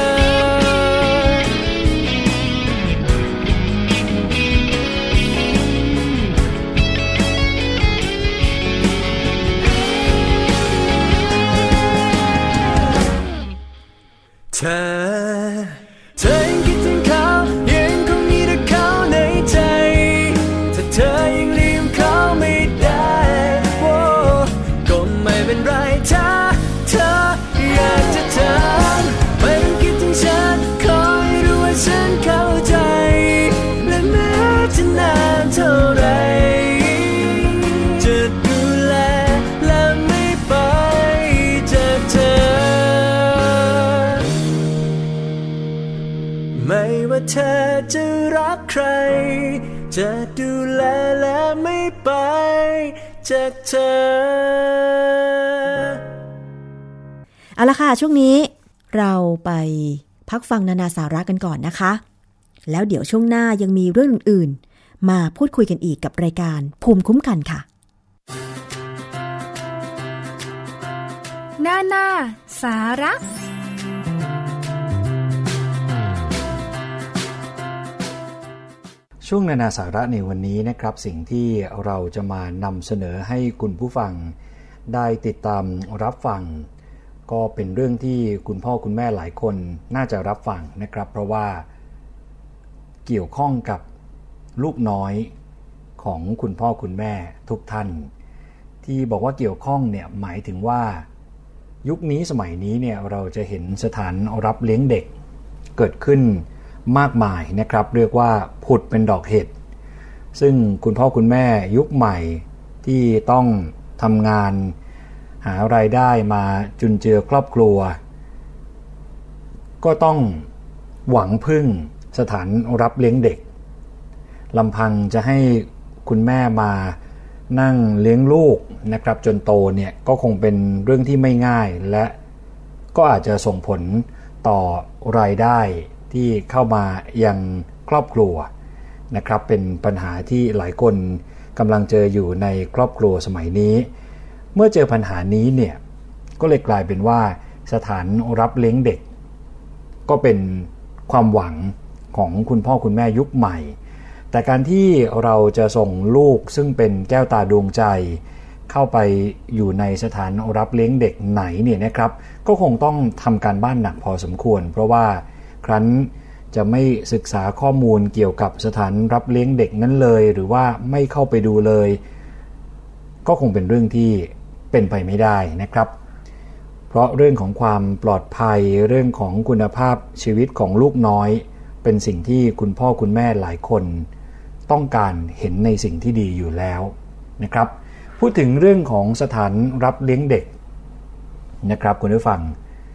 เธอยังคิดถึงเขายังคงมีแต่เขาในใจถ้าเธอยังลืมเขาไม่ได้ก็ไม่เป็นไรถ้าเธออยากจะทำไม่ต้องคิดถึงฉันขอให้รู้ว่าฉันเข้าใจและแม้จะนานเท่าไรจะดูแลและไม่ไปจากเธอไม่ว่าเธอจะรักใครจะดูแลและไม่ไปจากเธอเอาละค่ะช่วงนี้เราไปพักฟังนานาสาระกันก่อนนะคะแล้วเดี๋ยวช่วงหน้ายังมีเรื่องอื่นๆมาพูดคุยกันอีกกับรายการภูมิคุ้มกันค่ะนานาสาระช่วงนานาสาระในวันนี้นะครับสิ่งที่เราจะมานำเสนอให้คุณผู้ฟังได้ติดตามรับฟังก็เป็นเรื่องที่คุณพ่อคุณแม่หลายคนน่าจะรับฟังนะครับเพราะว่าเกี่ยวข้องกับลูกน้อยของคุณพ่อคุณแม่ทุกท่านที่บอกว่าเกี่ยวข้องเนี่ยหมายถึงว่ายุคนี้สมัยนี้เนี่ยเราจะเห็นสถานรับเลี้ยงเด็กเกิดขึ้นมากมายนะครับเรียกว่าผุดเป็นดอกเห็ดซึ่งคุณพ่อคุณแม่ยุคใหม่ที่ต้องทำงานหารายได้มาจุนเจือครอบครัวก็ต้องหวังพึ่งสถานรับเลี้ยงเด็กลำพังจะให้คุณแม่มานั่งเลี้ยงลูกนะครับจนโตเนี่ยก็คงเป็นเรื่องที่ไม่ง่ายและก็อาจจะส่งผลต่อรายได้ที่เข้ามายังครอบครัวนะครับเป็นปัญหาที่หลายคนกำลังเจออยู่ในครอบครัวสมัยนี้เมื่อเจอปัญหานี้เนี่ยก็เลยกลายเป็นว่าสถานรับเลี้ยงเด็กก็เป็นความหวังของคุณพ่อคุณแม่ยุคใหม่แต่การที่เราจะส่งลูกซึ่งเป็นแก้วตาดวงใจเข้าไปอยู่ในสถานรับเลี้ยงเด็กไหนเนี่ยนะครับก็คงต้องทำการบ้านหนักพอสมควรเพราะว่าครั้นจะไม่ศึกษาข้อมูลเกี่ยวกับสถานรับเลี้ยงเด็กนั้นเลยหรือว่าไม่เข้าไปดูเลยก็คงเป็นเรื่องที่เป็นไปไม่ได้นะครับเพราะเรื่องของความปลอดภัยเรื่องของคุณภาพชีวิตของลูกน้อยเป็นสิ่งที่คุณพ่อคุณแม่หลายคนต้องการเห็นในสิ่งที่ดีอยู่แล้วนะครับพูดถึงเรื่องของสถานรับเลี้ยงเด็กนะครับคุณผู้ฟัง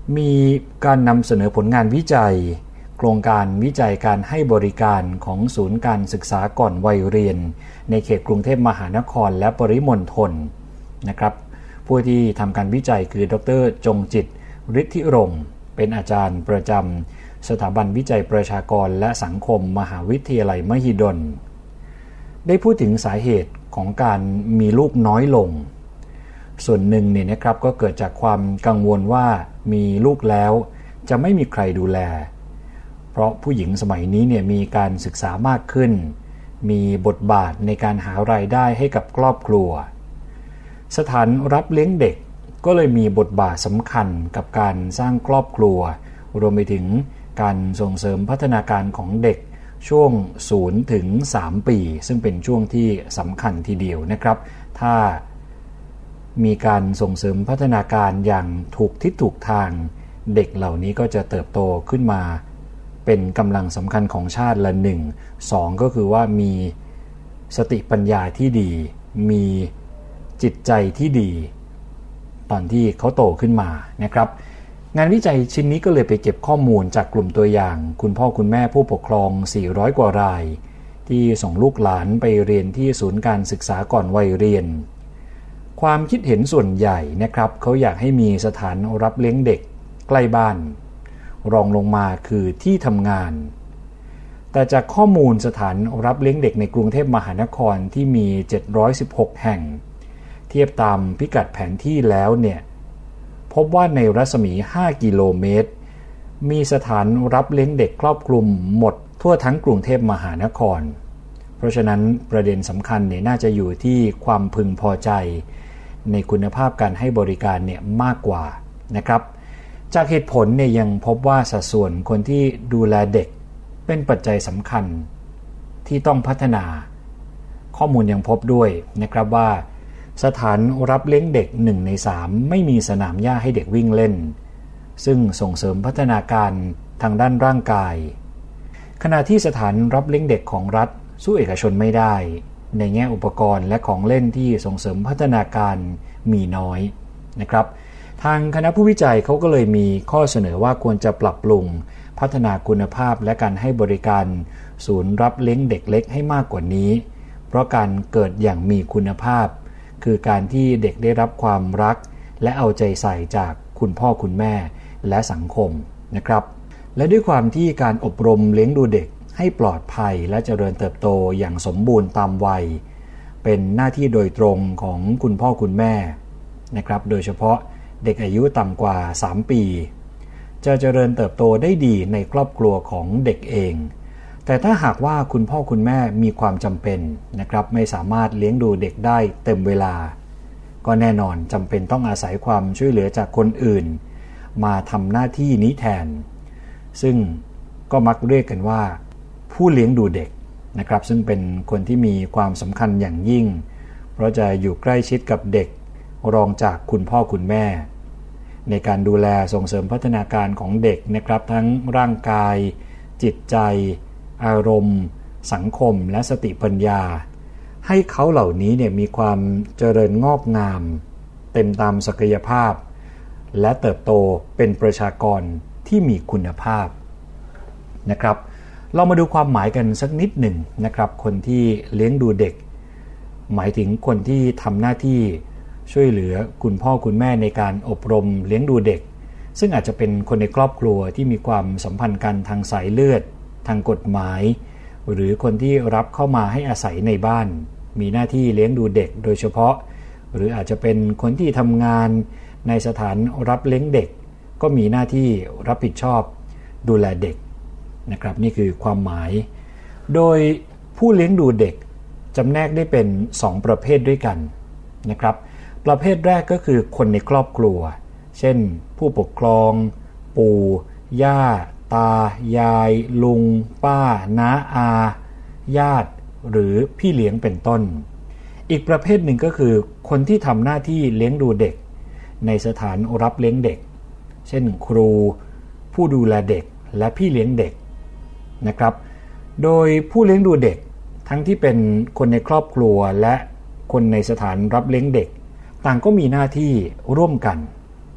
มีการนำเสนอผลงานวิจัยโครงการวิจัยการให้บริการของศูนย์การศึกษาก่อนวัยเรียนในเขตกรุงเทพมหานครและปริมณฑลนะครับผู้ที่ทำการวิจัยคือดร.จงจิตฤทธิรงค์เป็นอาจารย์ประจำสถาบันวิจัยประชากรและสังคมมหาวิทยาลัยมหิดลได้พูดถึงสาเหตุของการมีลูกน้อยลงส่วนหนึ่งเนี่ยนะครับก็เกิดจากความกังวลว่ามีลูกแล้วจะไม่มีใครดูแลเพราะผู้หญิงสมัยนี้เนี่ยมีการศึกษามากขึ้นมีบทบาทในการหารายได้ให้กับครอบครัวสถานรับเลี้ยงเด็กก็เลยมีบทบาทสำคัญกับการสร้างครอบครัวรวมไปถึงการส่งเสริมพัฒนาการของเด็กช่วง0 ถึง 3 ปีซึ่งเป็นช่วงที่สำคัญทีเดียวนะครับถ้ามีการส่งเสริมพัฒนาการอย่างถูกทิศถูกทางเด็กเหล่านี้ก็จะเติบโตขึ้นมาเป็นกำลังสำคัญของชาติละ1 2ก็คือว่ามีสติปัญญาที่ดีมีจิตใจที่ดีตอนที่เขาโตขึ้นมานะครับงานวิจัยชิ้นนี้ก็เลยไปเก็บข้อมูลจากกลุ่มตัวอย่างคุณพ่อคุณแม่ผู้ปกครอง400กว่ารายที่ส่งลูกหลานไปเรียนที่ศูนย์การศึกษาก่อนวัยเรียนความคิดเห็นส่วนใหญ่นะครับเขาอยากให้มีสถานรับเลี้ยงเด็กใกล้บ้านรองลงมาคือที่ทำงานแต่จากข้อมูลสถานรับเลี้ยงเด็กในกรุงเทพมหานครที่มี716แห่งเทียบตามพิกัดแผนที่แล้วเนี่ยพบว่าในรัศมี5กิโลเมตรมีสถานรับเลี้ยงเด็กครอบคลุมหมดทั่วทั้งกรุงเทพมหานครเพราะฉะนั้นประเด็นสำคัญเนี่ยน่าจะอยู่ที่ความพึงพอใจในคุณภาพการให้บริการเนี่ยมากกว่านะครับจากเหตุผลเนี่ยยังพบว่าสัดส่วนคนที่ดูแลเด็กเป็นปัจจัยสำคัญที่ต้องพัฒนาข้อมูลยังพบด้วยนะครับว่าสถานรับเลี้ยงเด็ก1 ใน 3ไม่มีสนามหญ้าให้เด็กวิ่งเล่นซึ่งส่งเสริมพัฒนาการทางด้านร่างกายขณะที่สถานรับเลี้ยงเด็กของรัฐสู้เอกชนไม่ได้ในแง่อุปกรณ์และของเล่นที่ส่งเสริมพัฒนาการมีน้อยนะครับทางคณะผู้วิจัยเขาก็เลยมีข้อเสนอว่าควรจะปรับปรุงพัฒนาคุณภาพและการให้บริการศูนย์รับเลี้ยงเด็กเล็กให้มากกว่านี้เพราะการเกิดอย่างมีคุณภาพคือการที่เด็กได้รับความรักและเอาใจใส่จากคุณพ่อคุณแม่และสังคมนะครับและด้วยความที่การอบรมเลี้ยงดูเด็กให้ปลอดภัยและเจริญเติบโตอย่างสมบูรณ์ตามวัยเป็นหน้าที่โดยตรงของคุณพ่อคุณแม่นะครับโดยเฉพาะเด็กอายุต่ำกว่า3 ปีจะเจริญเติบโตได้ดีในครอบครัวของเด็กเองแต่ถ้าหากว่าคุณพ่อคุณแม่มีความจำเป็นนะครับไม่สามารถเลี้ยงดูเด็กได้เต็มเวลาก็แน่นอนจำเป็นต้องอาศัยความช่วยเหลือจากคนอื่นมาทำหน้าที่นี้แทนซึ่งก็มักเรียกกันว่าผู้เลี้ยงดูเด็กนะครับซึ่งเป็นคนที่มีความสำคัญอย่างยิ่งเพราะจะอยู่ใกล้ชิดกับเด็กรองจากคุณพ่อคุณแม่ในการดูแลส่งเสริมพัฒนาการของเด็กนะครับทั้งร่างกายจิตใจอารมณ์สังคมและสติปัญญาให้เขาเหล่านี้เนี่ยมีความเจริญงอกงามเต็มตามศักยภาพและเติบโตเป็นประชากรที่มีคุณภาพนะครับเรามาดูความหมายกันสักนิดหนึ่งนะครับคนที่เลี้ยงดูเด็กหมายถึงคนที่ทำหน้าที่ช่วยเหลือคุณพ่อคุณแม่ในการอบรมเลี้ยงดูเด็กซึ่งอาจจะเป็นคนในครอบครัวที่มีความสัมพันธ์กันทางสายเลือดทางกฎหมายหรือคนที่รับเข้ามาให้อาศัยในบ้านมีหน้าที่เลี้ยงดูเด็กโดยเฉพาะหรืออาจจะเป็นคนที่ทำงานในสถานรับเลี้ยงเด็กก็มีหน้าที่รับผิดชอบดูแลเด็กนะครับนี่คือความหมายโดยผู้เลี้ยงดูเด็กจำแนกได้เป็น2 ประเภทด้วยกันนะครับประเภทแรกก็คือคนในครอบครัวเช่นผู้ปกครองปู่ย่าตายายลุงป้าน้าอาญาติหรือพี่เลี้ยงเป็นต้นอีกประเภทหนึ่งก็คือคนที่ทำหน้าที่เลี้ยงดูเด็กในสถานรับเลี้ยงเด็กเช่นครูผู้ดูแลเด็กและพี่เลี้ยงเด็กนะครับโดยผู้เลี้ยงดูเด็กทั้งที่เป็นคนในครอบครัวและคนในสถานรับเลี้ยงเด็กต่างก็มีหน้าที่ร่วมกัน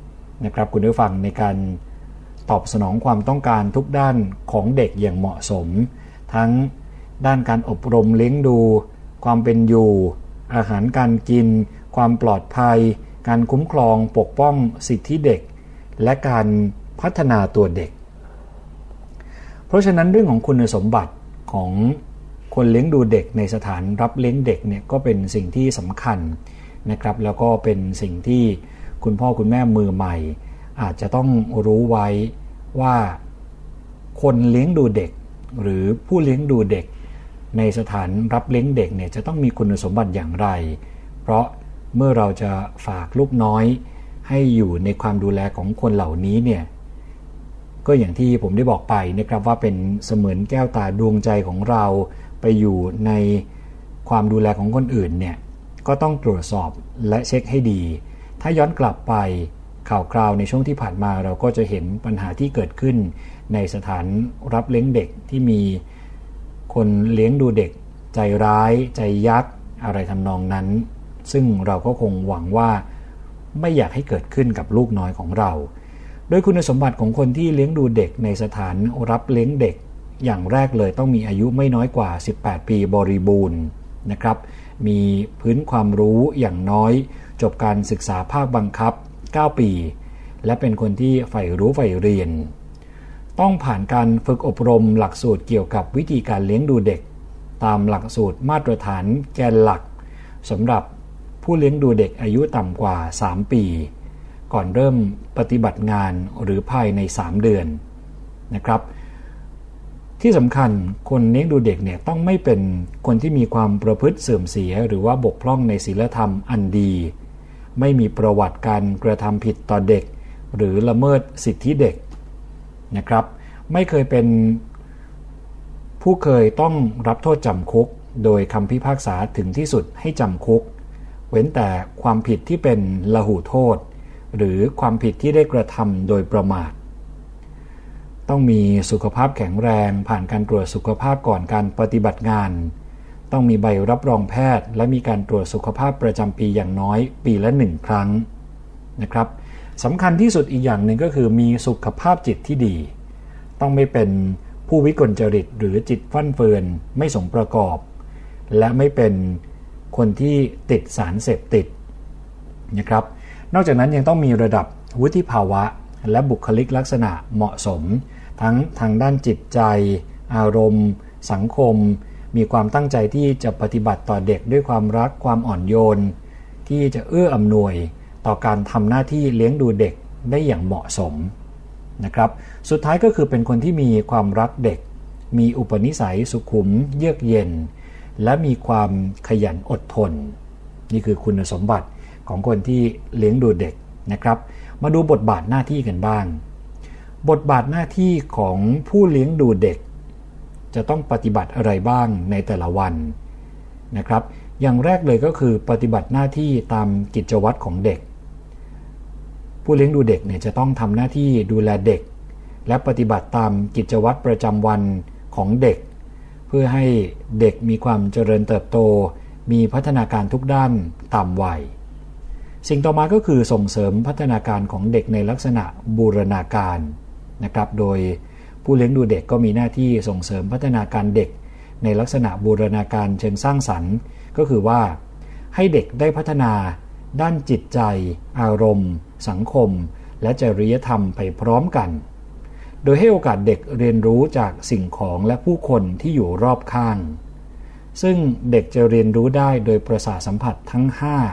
นะครับคุณผู้ฟังในการตอบสนองความต้องการทุกด้านของเด็กอย่างเหมาะสมทั้งด้านการอบรมเลี้ยงดูความเป็นอยู่อาหารการกินความปลอดภัยการคุ้มครองปกป้องสิทธิเด็กและการพัฒนาตัวเด็กเพราะฉะนั้นเรื่องของคุณสมบัติของคนเลี้ยงดูเด็กในสถานรับเลี้ยงเด็กเนี่ยก็เป็นสิ่งที่สำคัญนะครับแล้วก็เป็นสิ่งที่คุณพ่อคุณแม่มือใหม่อาจจะต้องรู้ไว้ว่าคนเลี้ยงดูเด็กหรือผู้เลี้ยงดูเด็กในสถานรับเลี้ยงเด็กเนี่ยจะต้องมีคุณสมบัติอย่างไรเพราะเมื่อเราจะฝากลูกน้อยให้อยู่ในความดูแลของคนเหล่านี้เนี่ยก็อย่างที่ผมได้บอกไปนะครับว่าเป็นเสมือนแก้วตาดวงใจของเราไปอยู่ในความดูแลของคนอื่นเนี่ยก็ต้องตรวจสอบและเช็คให้ดีถ้าย้อนกลับไปข่าวคราวในช่วงที่ผ่านมาเราก็จะเห็นปัญหาที่เกิดขึ้นในสถานรับเลี้ยงเด็กที่มีคนเลี้ยงดูเด็กใจร้ายใจยักษ์อะไรทำนองนั้นซึ่งเราก็คงหวังว่าไม่อยากให้เกิดขึ้นกับลูกน้อยของเราโดยคุณสมบัติของคนที่เลี้ยงดูเด็กในสถานรับเลี้ยงเด็กอย่างแรกเลยต้องมีอายุไม่น้อยกว่า18ปีบริบูรณ์นะครับมีพื้นความรู้อย่างน้อยจบการศึกษาภาคบังคับ9ปีและเป็นคนที่ใฝ่รู้ใฝ่เรียนต้องผ่านการฝึกอบรมหลักสูตรเกี่ยวกับวิธีการเลี้ยงดูเด็กตามหลักสูตรมาตรฐานแกนหลักสำหรับผู้เลี้ยงดูเด็กอายุต่ำกว่า3ปีก่อนเริ่มปฏิบัติงานหรือภายใน3เดือนนะครับที่สำคัญคนเลี้ยงดูเด็กเนี่ยต้องไม่เป็นคนที่มีความประพฤติเสื่อมเสียหรือว่าบกพร่องในศีลธรรมอันดีไม่มีประวัติการกระทำผิดต่อเด็กหรือละเมิดสิทธิเด็กนะครับไม่เคยเป็นผู้เคยต้องรับโทษจำคุกโดยคำพิพากษาถึงที่สุดให้จำคุกเว้นแต่ความผิดที่เป็นละหูโทษหรือความผิดที่ได้กระทำโดยประมาทต้องมีสุขภาพแข็งแรงผ่านการตรวจสุขภาพก่อนการปฏิบัติงานต้องมีใบรับรองแพทย์และมีการตรวจสุขภาพประจำปีอย่างน้อยปีละ1ครั้งนะครับสำคัญที่สุดอีกอย่างหนึ่งก็คือมีสุขภาพจิตที่ดีต้องไม่เป็นผู้วิกลจริตหรือจิตฟั่นเฟือนไม่สมประกอบและไม่เป็นคนที่ติดสารเสพติดนะครับนอกจากนั้นยังต้องมีระดับวุฒิภาวะและบุคลิกลักษณะเหมาะสมทั้งทางด้านจิตใจอารมณ์สังคมมีความตั้งใจที่จะปฏิบัติต่อเด็กด้วยความรักความอ่อนโยนที่จะเอื้ออำนวยต่อการทำหน้าที่เลี้ยงดูเด็กได้อย่างเหมาะสมนะครับสุดท้ายก็คือเป็นคนที่มีความรักเด็กมีอุปนิสัยสุขุมเยือกเย็นและมีความขยันอดทนนี่คือคุณสมบัติของคนที่เลี้ยงดูเด็กนะครับมาดูบทบาทหน้าที่กันบ้างบทบาทหน้าที่ของผู้เลี้ยงดูเด็กจะต้องปฏิบัติอะไรบ้างในแต่ละวันนะครับอย่างแรกเลยก็คือปฏิบัติหน้าที่ตามกิจวัตรของเด็กผู้เลี้ยงดูเด็กเนี่ยจะต้องทำหน้าที่ดูแลเด็กและปฏิบัติตามกิจวัตรประจำวันของเด็กเพื่อให้เด็กมีความเจริญเติบโตมีพัฒนาการทุกด้านตามวัยสิ่งต่อมาก็คือส่งเสริมพัฒนาการของเด็กในลักษณะบูรณาการนะครับโดยผู้เลี้ยงดูเด็กก็มีหน้าที่ส่งเสริมพัฒนาการเด็กในลักษณะบูรณาการเชิงสร้างสรรค์ก็คือว่าให้เด็กได้พัฒนาด้านจิตใจอารมณ์สังคมและจริยธรรมไปพร้อมกันโดยให้โอกาสเด็กเรียนรู้จากสิ่งของและผู้คนที่อยู่รอบข้างซึ่งเด็กจะเรียนรู้ได้โดยประสาทสัมผัสทั้ง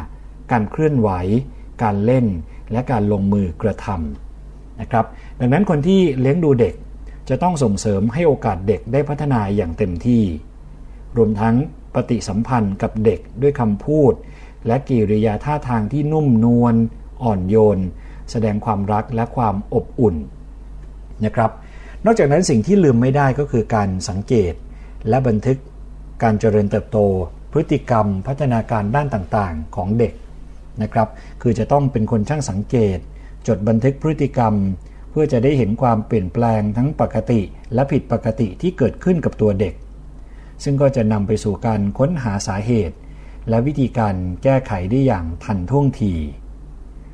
5การเคลื่อนไหวการเล่นและการลงมือกระทำนะครับดังนั้นคนที่เลี้ยงดูเด็กจะต้องส่งเสริมให้โอกาสเด็กได้พัฒนาอย่างเต็มที่รวมทั้งปฏิสัมพันธ์กับเด็กด้วยคำพูดและกิริยาท่าทางที่นุ่มนวลอ่อนโยนแสดงความรักและความอบอุ่นนะครับนอกจากนั้นสิ่งที่ลืมไม่ได้ก็คือการสังเกตและบันทึกการเจริญเติบโตพฤติกรรมพัฒนาการด้านต่างๆของเด็กนะครับคือจะต้องเป็นคนช่างสังเกตจดบันทึกพฤติกรรมเพื่อจะได้เห็นความเปลี่ยนแปลงทั้งปกติและผิดปกติที่เกิดขึ้นกับตัวเด็กซึ่งก็จะนำไปสู่การค้นหาสาเหตุและวิธีการแก้ไขได้อย่างทันท่วงที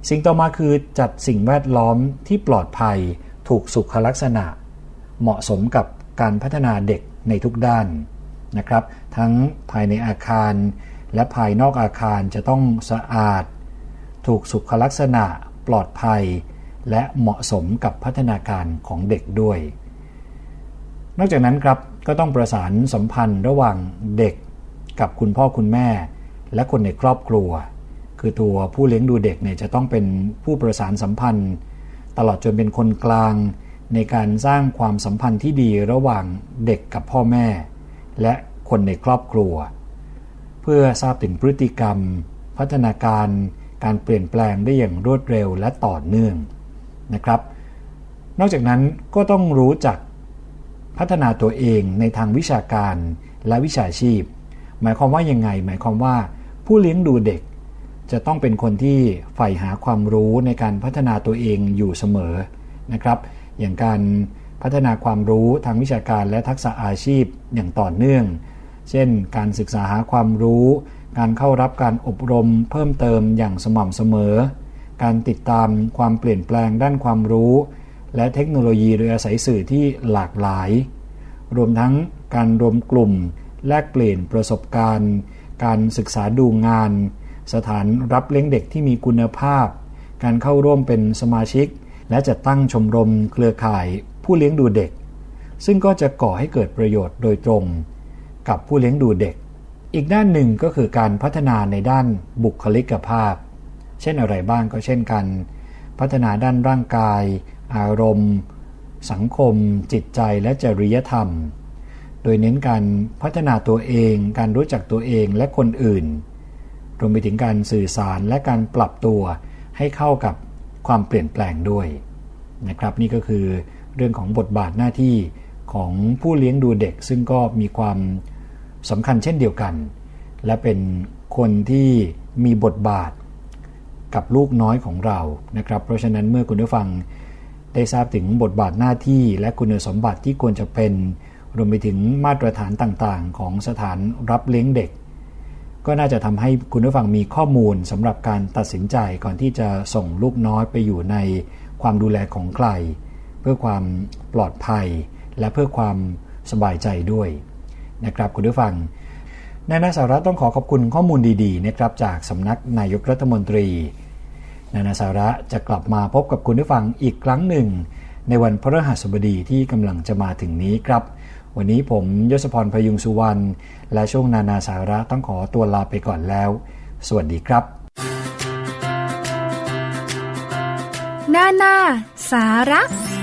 สิ่งต่อมาคือจัดสิ่งแวดล้อมที่ปลอดภัยถูกสุขลักษณะเหมาะสมกับการพัฒนาเด็กในทุกด้านนะครับทั้งภายในอาคารและภายนอกอาคารจะต้องสะอาดถูกสุขลักษณะปลอดภัยและเหมาะสมกับพัฒนาการของเด็กด้วยนอกจากนั้นครับก็ต้องประสานสัมพันธ์ระหว่างเด็กกับคุณพ่อคุณแม่และคนในครอบครัวคือตัวผู้เลี้ยงดูเด็กเนี่ยจะต้องเป็นผู้ประสานสัมพันธ์ตลอดจนเป็นคนกลางในการสร้างความสัมพันธ์ที่ดีระหว่างเด็กกับพ่อแม่และคนในครอบครัวเพื่อทราบถึงพฤติกรรมพัฒนาการการเปลี่ยนแปลงได้อย่างรวดเร็วและต่อเนื่องนะครับนอกจากนั้นก็ต้องรู้จักพัฒนาตัวเองในทางวิชาการและวิชาชีพหมายความว่ายังไงหมายความว่าผู้เลี้ยงดูเด็กจะต้องเป็นคนที่ใฝ่หาความรู้ในการพัฒนาตัวเองอยู่เสมอนะครับอย่างการพัฒนาความรู้ทางวิชาการและทักษะอาชีพอย่างต่อเนื่องเช่นการศึกษาหาความรู้การเข้ารับการอบรมเพิ่มเติมอย่างสม่ำเสมอการติดตามความเปลี่ยนแปลงด้านความรู้และเทคโนโลยีโดยอาศัยสื่อที่หลากหลายรวมทั้งการรวมกลุ่มแลกเปลี่ยนประสบการณ์การศึกษาดูงานสถานรับเลี้ยงเด็กที่มีคุณภาพการเข้าร่วมเป็นสมาชิกและจัดตั้งชมรมเครือข่ายผู้เลี้ยงดูเด็กซึ่งก็จะก่อให้เกิดประโยชน์โดยตรงกับผู้เลี้ยงดูเด็กอีกด้านหนึ่งก็คือการพัฒนาในด้านบุคลิกภาพเช่นอะไรบ้างก็เช่นกันพัฒนาด้านร่างกายอารมณ์สังคมจิตใจและจริยธรรมโดยเน้นการพัฒนาตัวเองการรู้จักตัวเองและคนอื่นรวมไปถึงการสื่อสารและการปรับตัวให้เข้ากับความเปลี่ยนแปลงด้วยนะครับนี่ก็คือเรื่องของบทบาทหน้าที่ของผู้เลี้ยงดูเด็กซึ่งก็มีความสำคัญเช่นเดียวกันและเป็นคนที่มีบทบาทกับลูกน้อยของเรานะครับเพราะฉะนั้นเมื่อคุณผู้ฟังได้ทราบถึงบทบาทหน้าที่และคุณสมบัติที่ควรจะเป็นรวมไปถึงมาตรฐานต่างๆของสถานรับเลี้ยงเด็กก็น่าจะทำให้คุณผู้ฟังมีข้อมูลสำหรับการตัดสินใจก่อนที่จะส่งลูกน้อยไปอยู่ในความดูแลของใครเพื่อความปลอดภัยและเพื่อความสบายใจด้วยนะครับคุณผู้ฟังในนานาสาระต้องขอบคุณข้อมูลดีๆนะครับจากสำนักนายกรัฐมนตรีนานาสาระจะกลับมาพบกับคุณผู้ฟังอีกครั้งหนึ่งในวันพฤหัสบดีที่กำลังจะมาถึงนี้ครับวันนี้ผมยศพรพยุงสุวรรณและช่วงนานาสาระต้องขอตัวลาไปก่อนแล้วสวัสดีครับนานาสาระ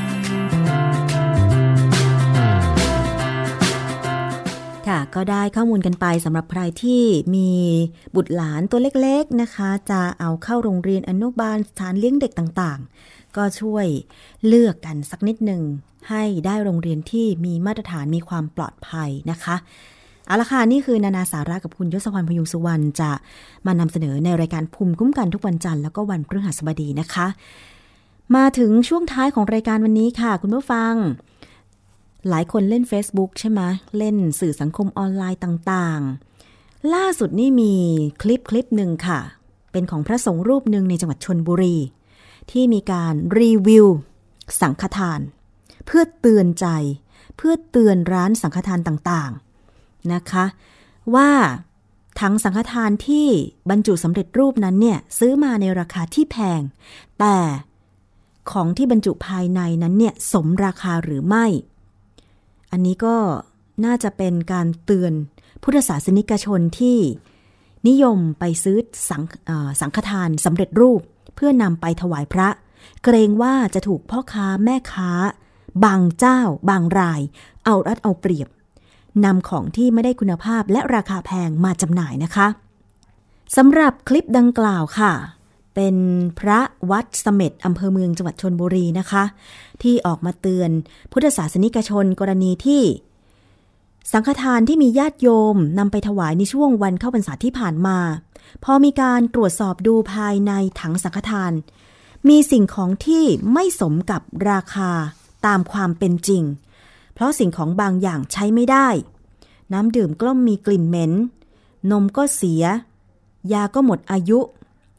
ค่ะก็ได้ข้อมูลกันไปสำหรับใครที่มีบุตรหลานตัวเล็กๆนะคะจะเอาเข้าโรงเรียนอนุบาลสถานเลี้ยงเด็กต่างๆก็ช่วยเลือกกันสักนิดหนึ่งให้ได้โรงเรียนที่มีมาตรฐานมีความปลอดภัยนะคะเอาละค่ะนี่คือนานาสาระกับคุณยศพรพยุงสุวรรณจะมานำเสนอในรายการภูมิคุ้มกันทุกวันจันทร์แล้วก็วันพฤหัสบดีนะคะมาถึงช่วงท้ายของรายการวันนี้ค่ะคุณผู้ฟังหลายคนเล่น Facebook ใช่ไหมเล่นสื่อสังคมออนไลน์ต่างๆล่าสุดนี่มีคลิปหนึ่งค่ะเป็นของพระสงฆ์รูปหนึ่งในจังหวัดชลบุรีที่มีการรีวิวสังฆทานเพื่อเตือนใจเพื่อเตือนร้านสังฆทานต่างๆนะคะว่าถังสังฆทานที่บรรจุสำเร็จรูปนั้นเนี่ยซื้อมาในราคาที่แพงแต่ของที่บรรจุภายในนั้นเนี่ยสมราคาหรือไม่อันนี้ก็น่าจะเป็นการเตือนพุทธศาสนิกชนที่นิยมไปซื้อสังฆทานสำเร็จรูปเพื่อนำไปถวายพระเกรงว่าจะถูกพ่อค้าแม่ค้าบางเจ้าบางรายเอารัดเอาเปรียบนำของที่ไม่ได้คุณภาพและราคาแพงมาจำหน่ายนะคะสำหรับคลิปดังกล่าวค่ะเป็นพระวัดเสม็ดอำเภอเมืองจังหวัดชลบุรีนะคะที่ออกมาเตือนพุทธศาสนิกชนกรณีที่สังฆทานที่มีญาติโยมนำไปถวายในช่วงวันเข้าพรรษาที่ผ่านมาพอมีการตรวจสอบดูภายในถังสังฆทานมีสิ่งของที่ไม่สมกับราคาตามความเป็นจริงเพราะสิ่งของบางอย่างใช้ไม่ได้น้ำดื่มก็มีกลิ่นเหม็นนมก็เสียยาก็หมดอายุ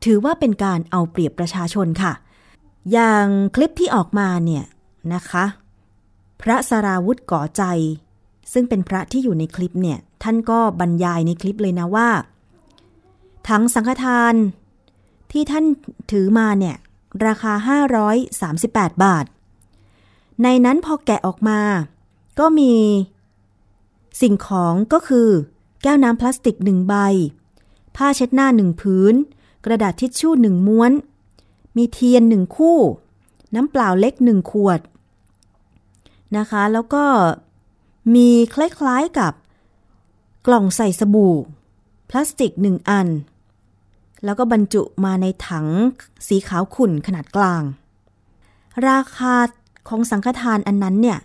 ถือว่าเป็นการเอาเปรียบประชาชนค่ะอย่างคลิปที่ออกมาเนี่ยนะคะพระสราวุธก่อใจซึ่งเป็นพระที่อยู่ในคลิปเนี่ยท่านก็บรรยายในคลิปเลยนะว่าถังสังฆทานที่ท่านถือมาเนี่ยราคา538 บาทในนั้นพอแกะออกมาก็มีสิ่งของก็คือแก้วน้ำพลาสติก1ใบผ้าเช็ดหน้า1ผืนกระดาษทิชชู่1ม้วนมีเทียน1คู่น้ำเปล่าเล็ก1ขวดนะคะแล้วก็มีคล้ายๆกับกล่องใส่สบู่พลาสติก1อันแล้วก็บรรจุมาในถังสีขาวขุ่นขนาดกลางราคาของสังฆทานอันนั้นเนี่ย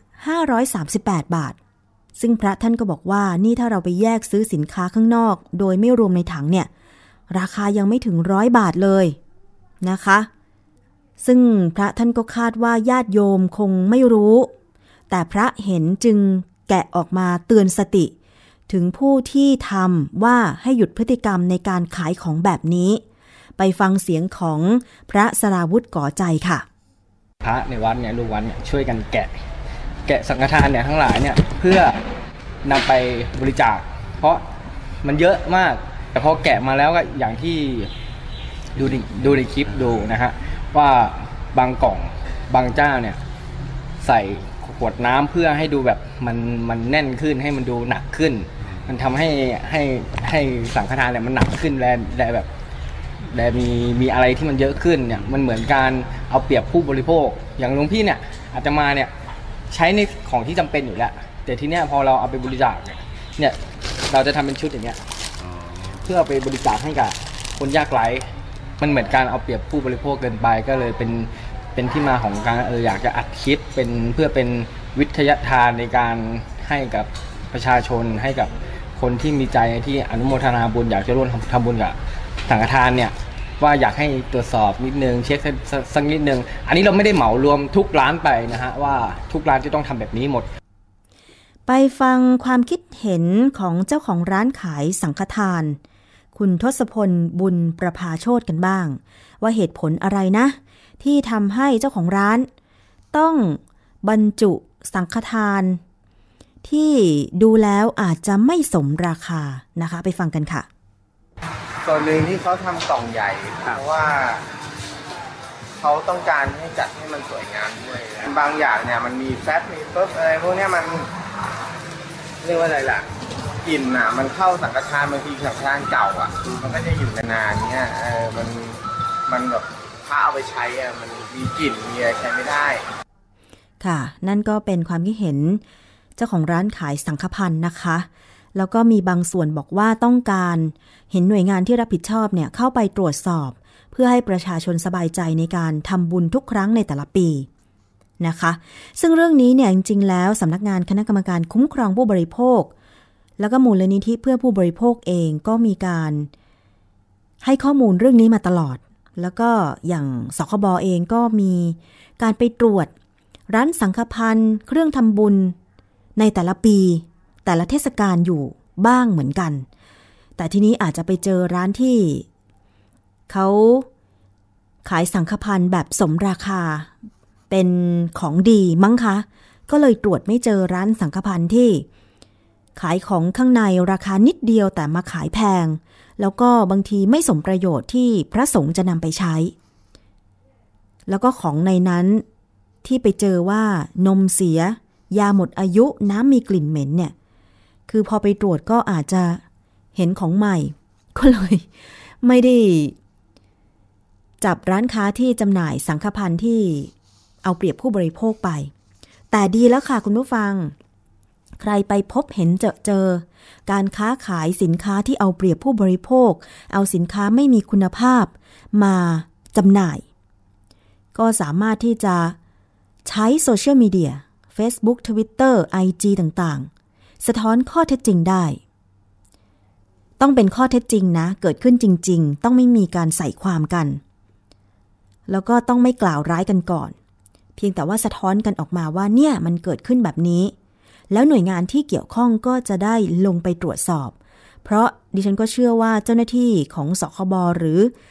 538 บาทซึ่งพระท่านก็บอกว่านี่ถ้าเราไปแยกซื้อสินค้าข้างนอกโดยไม่รวมในถังเนี่ยราคายังไม่ถึง100 บาทเลยนะคะซึ่งพระท่านก็คาดว่าญาติโยมคงไม่รู้แต่พระเห็นจึงแกะออกมาเตือนสติถึงผู้ที่ทำว่าให้หยุดพฤติกรรมในการขายของแบบนี้ไปฟังเสียงของพระสราวุธก่อใจค่ะพระในวัดเนี่ยลูกวัดเนี่ยช่วยกันแกะสังฆทานเนี่ยทั้งหลายเนี่ยเพื่อนำไปบริจาคเพราะมันเยอะมากแต่พอแกะมาแล้วก็อย่างที่ดูในคลิปดูนะฮะว่าบางกล่องบางเจ้าเนี่ยใส่ขวดน้ำเพื่อให้ดูแบบมันแน่นขึ้นให้มันดูหนักขึ้นมันทำให้สังฆทานเนี่ยมันหนักขึ้นและแบบมีอะไรที่มันเยอะขึ้นเนี่ยมันเหมือนการเอาเปรียบผู้บริโภคอย่างหลวงพี่เนี่ยอาตมาเนี่ยใช้ในของที่จำเป็นอยู่แล้วแต่ทีเนี้ยพอเราเอาไปบริจาคเนี่ยเราจะทำเป็นชุดอย่างเงี้ยเพื่อไปบริจาคให้กับคนยากไร้มันเหมือนการเอาเปรียบผู้บริโภคเกินไปก็เลยเป็นที่มาของการอยากจะอัดคลิปเป็นเพื่อเป็นวิทยาทานในการให้กับประชาชนให้กับคนที่มีใจที่อนุโมทนาบุญอยากจะร่วมทำบุญกับสังฆทานเนี่ยว่าอยากให้ตรวจสอบนิดนึงเช็คสักนิดนึงอันนี้เราไม่ได้เหมารวมทุกร้านไปนะฮะว่าทุกร้านจะต้องทำแบบนี้หมดไปฟังความคิดเห็นของเจ้าของร้านขายสังฆทานคุณทศพลบุญประภาโชติกันบ้างว่าเหตุผลอะไรนะที่ทำให้เจ้าของร้านต้องบรรจุสังฆทานที่ดูแล้วอาจจะไม่สมราคานะคะไปฟังกันค่ะส่วนหนึ่งที่เขาทำกล่องใหญ่เพราะว่าเขาต้องการให้จัดให้มันสวยงามด้วยบางอย่างเนี่ยมันมีแฟตมีปุ๊บอะไรพวกนี้มันเรียกว่าอะไรล่ะกลิ่นอ่ะมันเข้าสังฆทานบางทีสังฆทานเก่าอ่ะมันก็จะอยู่นานๆเนี่ยมันแบบถ้าเอาไปใช้อ่ะมันมีกลิ่นมีอะไรใช้ไม่ได้ค่ะนั่นก็เป็นความคิดเห็นเจ้าของร้านขายสังฆพันธ์นะคะแล้วก็มีบางส่วนบอกว่าต้องการเห็นหน่วยงานที่รับผิดชอบเนี่ยเข้าไปตรวจสอบเพื่อให้ประชาชนสบายใจในการทำบุญทุกครั้งในแต่ละปีนะคะซึ่งเรื่องนี้เนี่ยจริงๆแล้วสำนักงานคณะกรรมการคุ้มครองผู้บริโภคแล้วก็มูลนิธิเพื่อผู้บริโภคเองก็มีการให้ข้อมูลเรื่องนี้มาตลอดแล้วก็อย่างสคบเองก็มีการไปตรวจร้านสังฆพันธ์เครื่องทำบุญในแต่ละปีแต่ละเทศกาลอยู่บ้างเหมือนกันแต่ทีนี้อาจจะไปเจอร้านที่เขาขายสังฆพันธ์แบบสมราคาเป็นของดีมั้งคะก็เลยตรวจไม่เจอร้านสังฆพันธ์ที่ขายของข้างในราคานิดเดียวแต่มาขายแพงแล้วก็บางทีไม่สมประโยชน์ที่พระสงฆ์จะนำไปใช้แล้วก็ของในนั้นที่ไปเจอว่านมเสียยาหมดอายุน้ำมีกลิ่นเหม็นเนี่ยคือพอไปตรวจก็อาจจะเห็นของใหม่ก็เลยไม่ได้จับร้านค้าที่จำหน่ายสังฆพันธ์ที่เอาเปรียบผู้บริโภคไปแต่ดีแล้วค่ะคุณผู้ฟังใครไปพบเห็นเจอการค้าขายสินค้าที่เอาเปรียบผู้บริโภคเอาสินค้าไม่มีคุณภาพมาจำหน่ายก็สามารถที่จะใช้โซเชียลมีเดีย Facebook Twitter IG ต่างๆสะท้อนข้อเท็จจริงได้ต้องเป็นข้อเท็จจริงนะเกิดขึ้นจริงๆต้องไม่มีการใส่ความกันแล้วก็ต้องไม่กล่าวร้ายกันก่อนเพียงแต่ว่าสะท้อนกันออกมาว่าเนี่ยมันเกิดขึ้นแบบนี้แล้วหน่วยงานที่เกี่ยวข้องก็จะได้ลงไปตรวจสอบเพราะดิฉันก็เชื่อว่าเจ้าหน้าที่ของสคบหรือ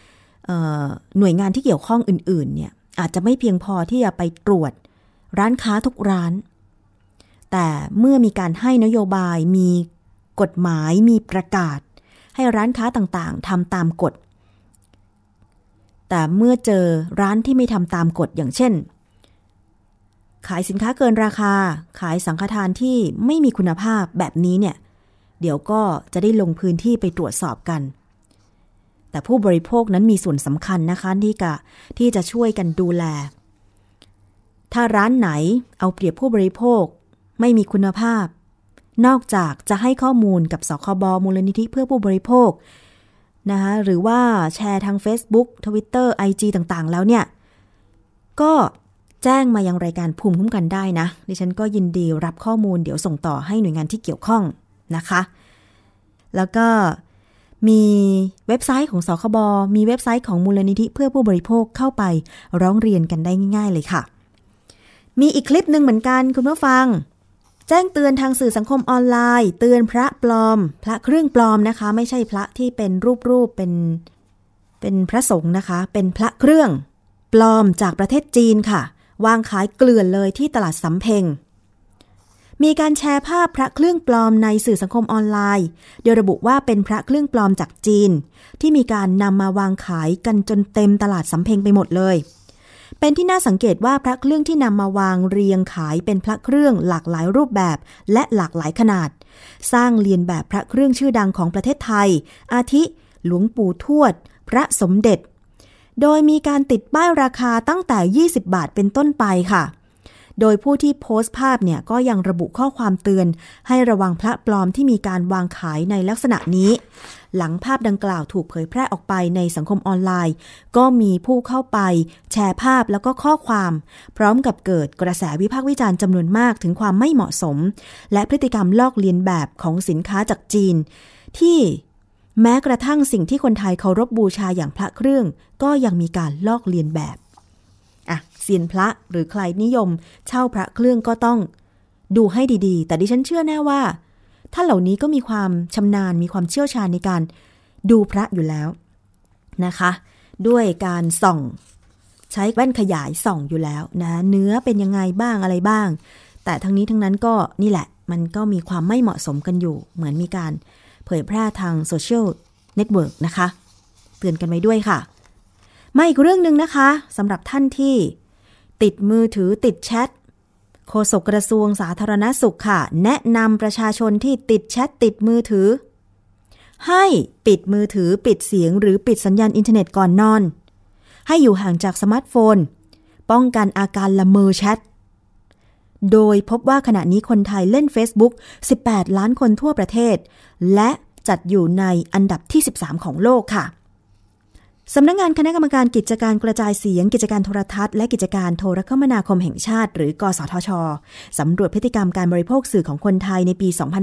หน่วยงานที่เกี่ยวข้องอื่นๆเนี่ยอาจจะไม่เพียงพอที่จะไปตรวจร้านค้าทุกร้านแต่เมื่อมีการให้นโยบายมีกฎหมายมีประกาศให้ร้านค้าต่างๆทำตามกฎแต่เมื่อเจอร้านที่ไม่ทำตามกฎอย่างเช่นขายสินค้าเกินราคาขายสังฆทานที่ไม่มีคุณภาพแบบนี้เนี่ยเดี๋ยวก็จะได้ลงพื้นที่ไปตรวจสอบกันแต่ผู้บริโภคนั้นมีส่วนสำคัญนะคะที่จะช่วยกันดูแลถ้าร้านไหนเอาเปรียบผู้บริโภคไม่มีคุณภาพนอกจากจะให้ข้อมูลกับสคบมูลนิธิเพื่อผู้บริโภคนะคะหรือว่าแชร์ทาง Facebook Twitter IG ต่างๆแล้วเนี่ยก็แจ้งมายังรายการภูมิคุ้มกันได้นะดิฉันก็ยินดีรับข้อมูลเดี๋ยวส่งต่อให้หน่วยงานที่เกี่ยวข้องนะคะแล้วก็มีเว็บไซต์ของสคบมีเว็บไซต์ของมูลนิธิเพื่อผู้บริโภคเข้าไปร้องเรียนกันได้ง่ายๆเลยค่ะมีอีกคลิปนึงเหมือนกันคุณผู้ฟังแจ้งเตือนทางสื่อสังคมออนไลน์เตือนพระปลอมพระเครื่องปลอมนะคะไม่ใช่พระที่เป็นรูปเป็นพระสงฆ์นะคะเป็นพระเครื่องปลอมจากประเทศจีนค่ะวางขายเกลื่อนเลยที่ตลาดสำเพ็งมีการแชร์ภาพพระเครื่องปลอมในสื่อสังคมออนไลน์โดยระบุว่าเป็นพระเครื่องปลอมจากจีนที่มีการนำมาวางขายกันจนเต็มตลาดสำเพ็งไปหมดเลยเป็นที่น่าสังเกตว่าพระเครื่องที่นำมาวางเรียงขายเป็นพระเครื่องหลากหลายรูปแบบและหลากหลายขนาดสร้างเลียนแบบพระเครื่องชื่อดังของประเทศไทยอาทิหลวงปู่ทวดพระสมเด็จโดยมีการติดป้ายราคาตั้งแต่20 บาทเป็นต้นไปค่ะโดยผู้ที่โพสต์ภาพเนี่ยก็ยังระบุข้อความเตือนให้ระวังพระปลอมที่มีการวางขายในลักษณะนี้หลังภาพดังกล่าวถูกเผยแพร่ออกไปในสังคมออนไลน์ก็มีผู้เข้าไปแชร์ภาพแล้วก็ข้อความพร้อมกับเกิดกระแสวิพากษ์วิจารณ์จำนวนมากถึงความไม่เหมาะสมและพฤติกรรมลอกเลียนแบบของสินค้าจากจีนที่แม้กระทั่งสิ่งที่คนไทยเคารพบูชาอย่างพระเครื่องก็ยังมีการลอกเลียนแบบเซียนพระหรือใครนิยมเช่าพระเครื่องก็ต้องดูให้ดีๆแต่ดิฉันเชื่อแน่ว่าท่านเหล่านี้ก็มีความชำนาญมีความเชี่ยวชาญในการดูพระอยู่แล้วนะคะด้วยการส่องใช้แว่นขยายส่องอยู่แล้วนะเนื้อเป็นยังไงบ้างอะไรบ้างแต่ทั้งนี้ทั้งนั้นก็นี่แหละมันก็มีความไม่เหมาะสมกันอยู่เหมือนมีการเผยแพร่ทางโซเชียลเน็ตเวิร์กนะคะเตือนกันไว้ด้วยค่ะมาอีกเรื่องนึงนะคะสำหรับท่านที่ติดมือถือติดแชทโฆษกกระทรวงสาธารณสุขค่ะแนะนำประชาชนที่ติดแชทติดมือถือให้ปิดมือถือปิดเสียงหรือปิดสัญญาณอินเทอร์เน็ตก่อนนอนให้อยู่ห่างจากสมาร์ทโฟนป้องกันอาการละเมอแชทโดยพบว่าขณะนี้คนไทยเล่น Facebook 18 ล้านคนทั่วประเทศและจัดอยู่ในอันดับที่13ของโลกค่ะสำนักงานคณะกรรมการกิจการกระจายเสียงกิจการโทรทัศน์และกิจการโทรคมนาคมแห่งชาติหรือกสทช.สำรวจพฤติกรรมการบริโภคสื่อของคนไทยในปี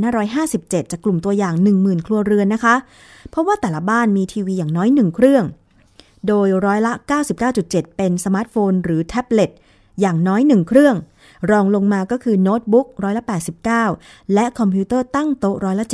2557 จากกลุ่มตัวอย่าง 10,000 ครัวเรือนนะคะเพราะว่าแต่ละบ้านมีทีวีอย่างน้อย1เครื่องโดยร้อยละ 99.7 เป็นสมาร์ทโฟนหรือแท็บเล็ตอย่างน้อย1เครื่องรองลงมาก็คือโน้ตบุ๊กร้อยละ 89 และคอมพิวเตอร์ตั้งโต๊ะร้อยละ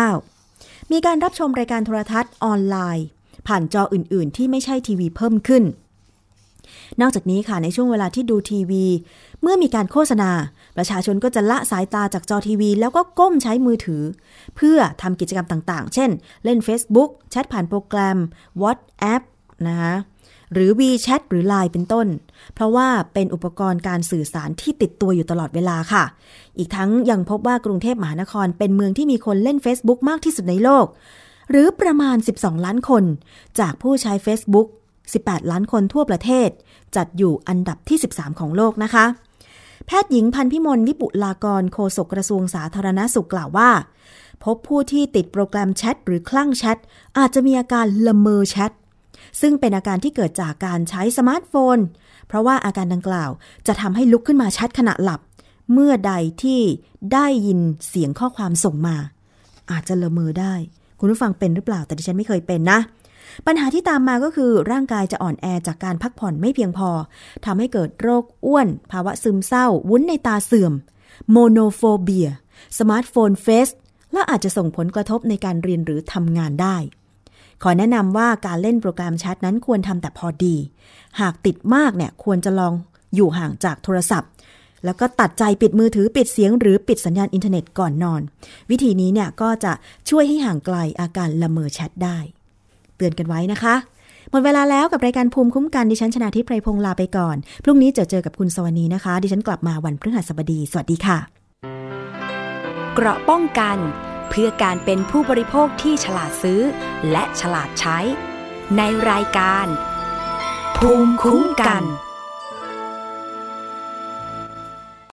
79 มีการรับชมรายการโทรทัศน์ออนไลน์ผ่านจออื่นๆที่ไม่ใช่ทีวีเพิ่มขึ้นนอกจากนี้ค่ะในช่วงเวลาที่ดูทีวีเมื่อมีการโฆษณาประชาชนก็จะละสายตาจากจอทีวีแล้วก็ก้มใช้มือถือเพื่อทำกิจกรรมต่างๆเช่นเล่น Facebook แชทผ่านโปรแกรม WhatsApp นะคะหรือ WeChat หรือ LINE เป็นต้นเพราะว่าเป็นอุปกรณ์การสื่อสารที่ติดตัวอยู่ตลอดเวลาค่ะอีกทั้งยังพบว่ากรุงเทพมหานครเป็นเมืองที่มีคนเล่น Facebook มากที่สุดในโลกหรือประมาณ12ล้านคนจากผู้ใช้ Facebook 18 ล้านคนทั่วประเทศจัดอยู่อันดับที่13ของโลกนะคะแพทย์หญิงพันพิมลวิปุลากรโฆษกกระทรวงสาธารณสุขกล่าวว่าพบผู้ที่ติดโปรแกรมแชทหรือคลั่งแชทอาจจะมีอาการละเมอแชทซึ่งเป็นอาการที่เกิดจากการใช้สมาร์ทโฟนเพราะว่าอาการดังกล่าวจะทำให้ลุกขึ้นมาแชทขณะหลับเมื่อใดที่ได้ยินเสียงข้อความส่งมาอาจจะละเมอได้คุณผู้ฟังเป็นหรือเปล่าแต่ดิฉันไม่เคยเป็นนะปัญหาที่ตามมาก็คือร่างกายจะอ่อนแอจากการพักผ่อนไม่เพียงพอทำให้เกิดโรคอ้วนภาวะซึมเศร้าวุ้นในตาเสื่อมโมโนโฟเบียสมาร์ทโฟนเฟสและอาจจะส่งผลกระทบในการเรียนหรือทำงานได้ขอแนะนำว่าการเล่นโปรแกรมแชทนั้นควรทำแต่พอดีหากติดมากเนี่ยควรจะลองอยู่ห่างจากโทรศัพท์แล้วก็ตัดใจปิดมือถือปิดเสียงหรือปิดสัญญาณอินเทอร์เน็ตก่อนนอนวิธีนี้เนี่ยก็จะช่วยให้ห่างไกลอาการละเมอแชทได้เตือนกันไว้นะคะหมดเวลาแล้วกับรายการภูมิคุ้มกันดิฉันชนาธิป ไพรพงษ์ลาไปก่อนพรุ่งนี้เจอกับคุณสวนีนะคะดิฉันกลับมาวันพฤหัสบดีสวัสดีค่ะเกราะป้องกันเพื่อการเป็นผู้บริโภคที่ฉลาดซื้อและฉลาดใช้ในรายการภูมิคุ้มกัน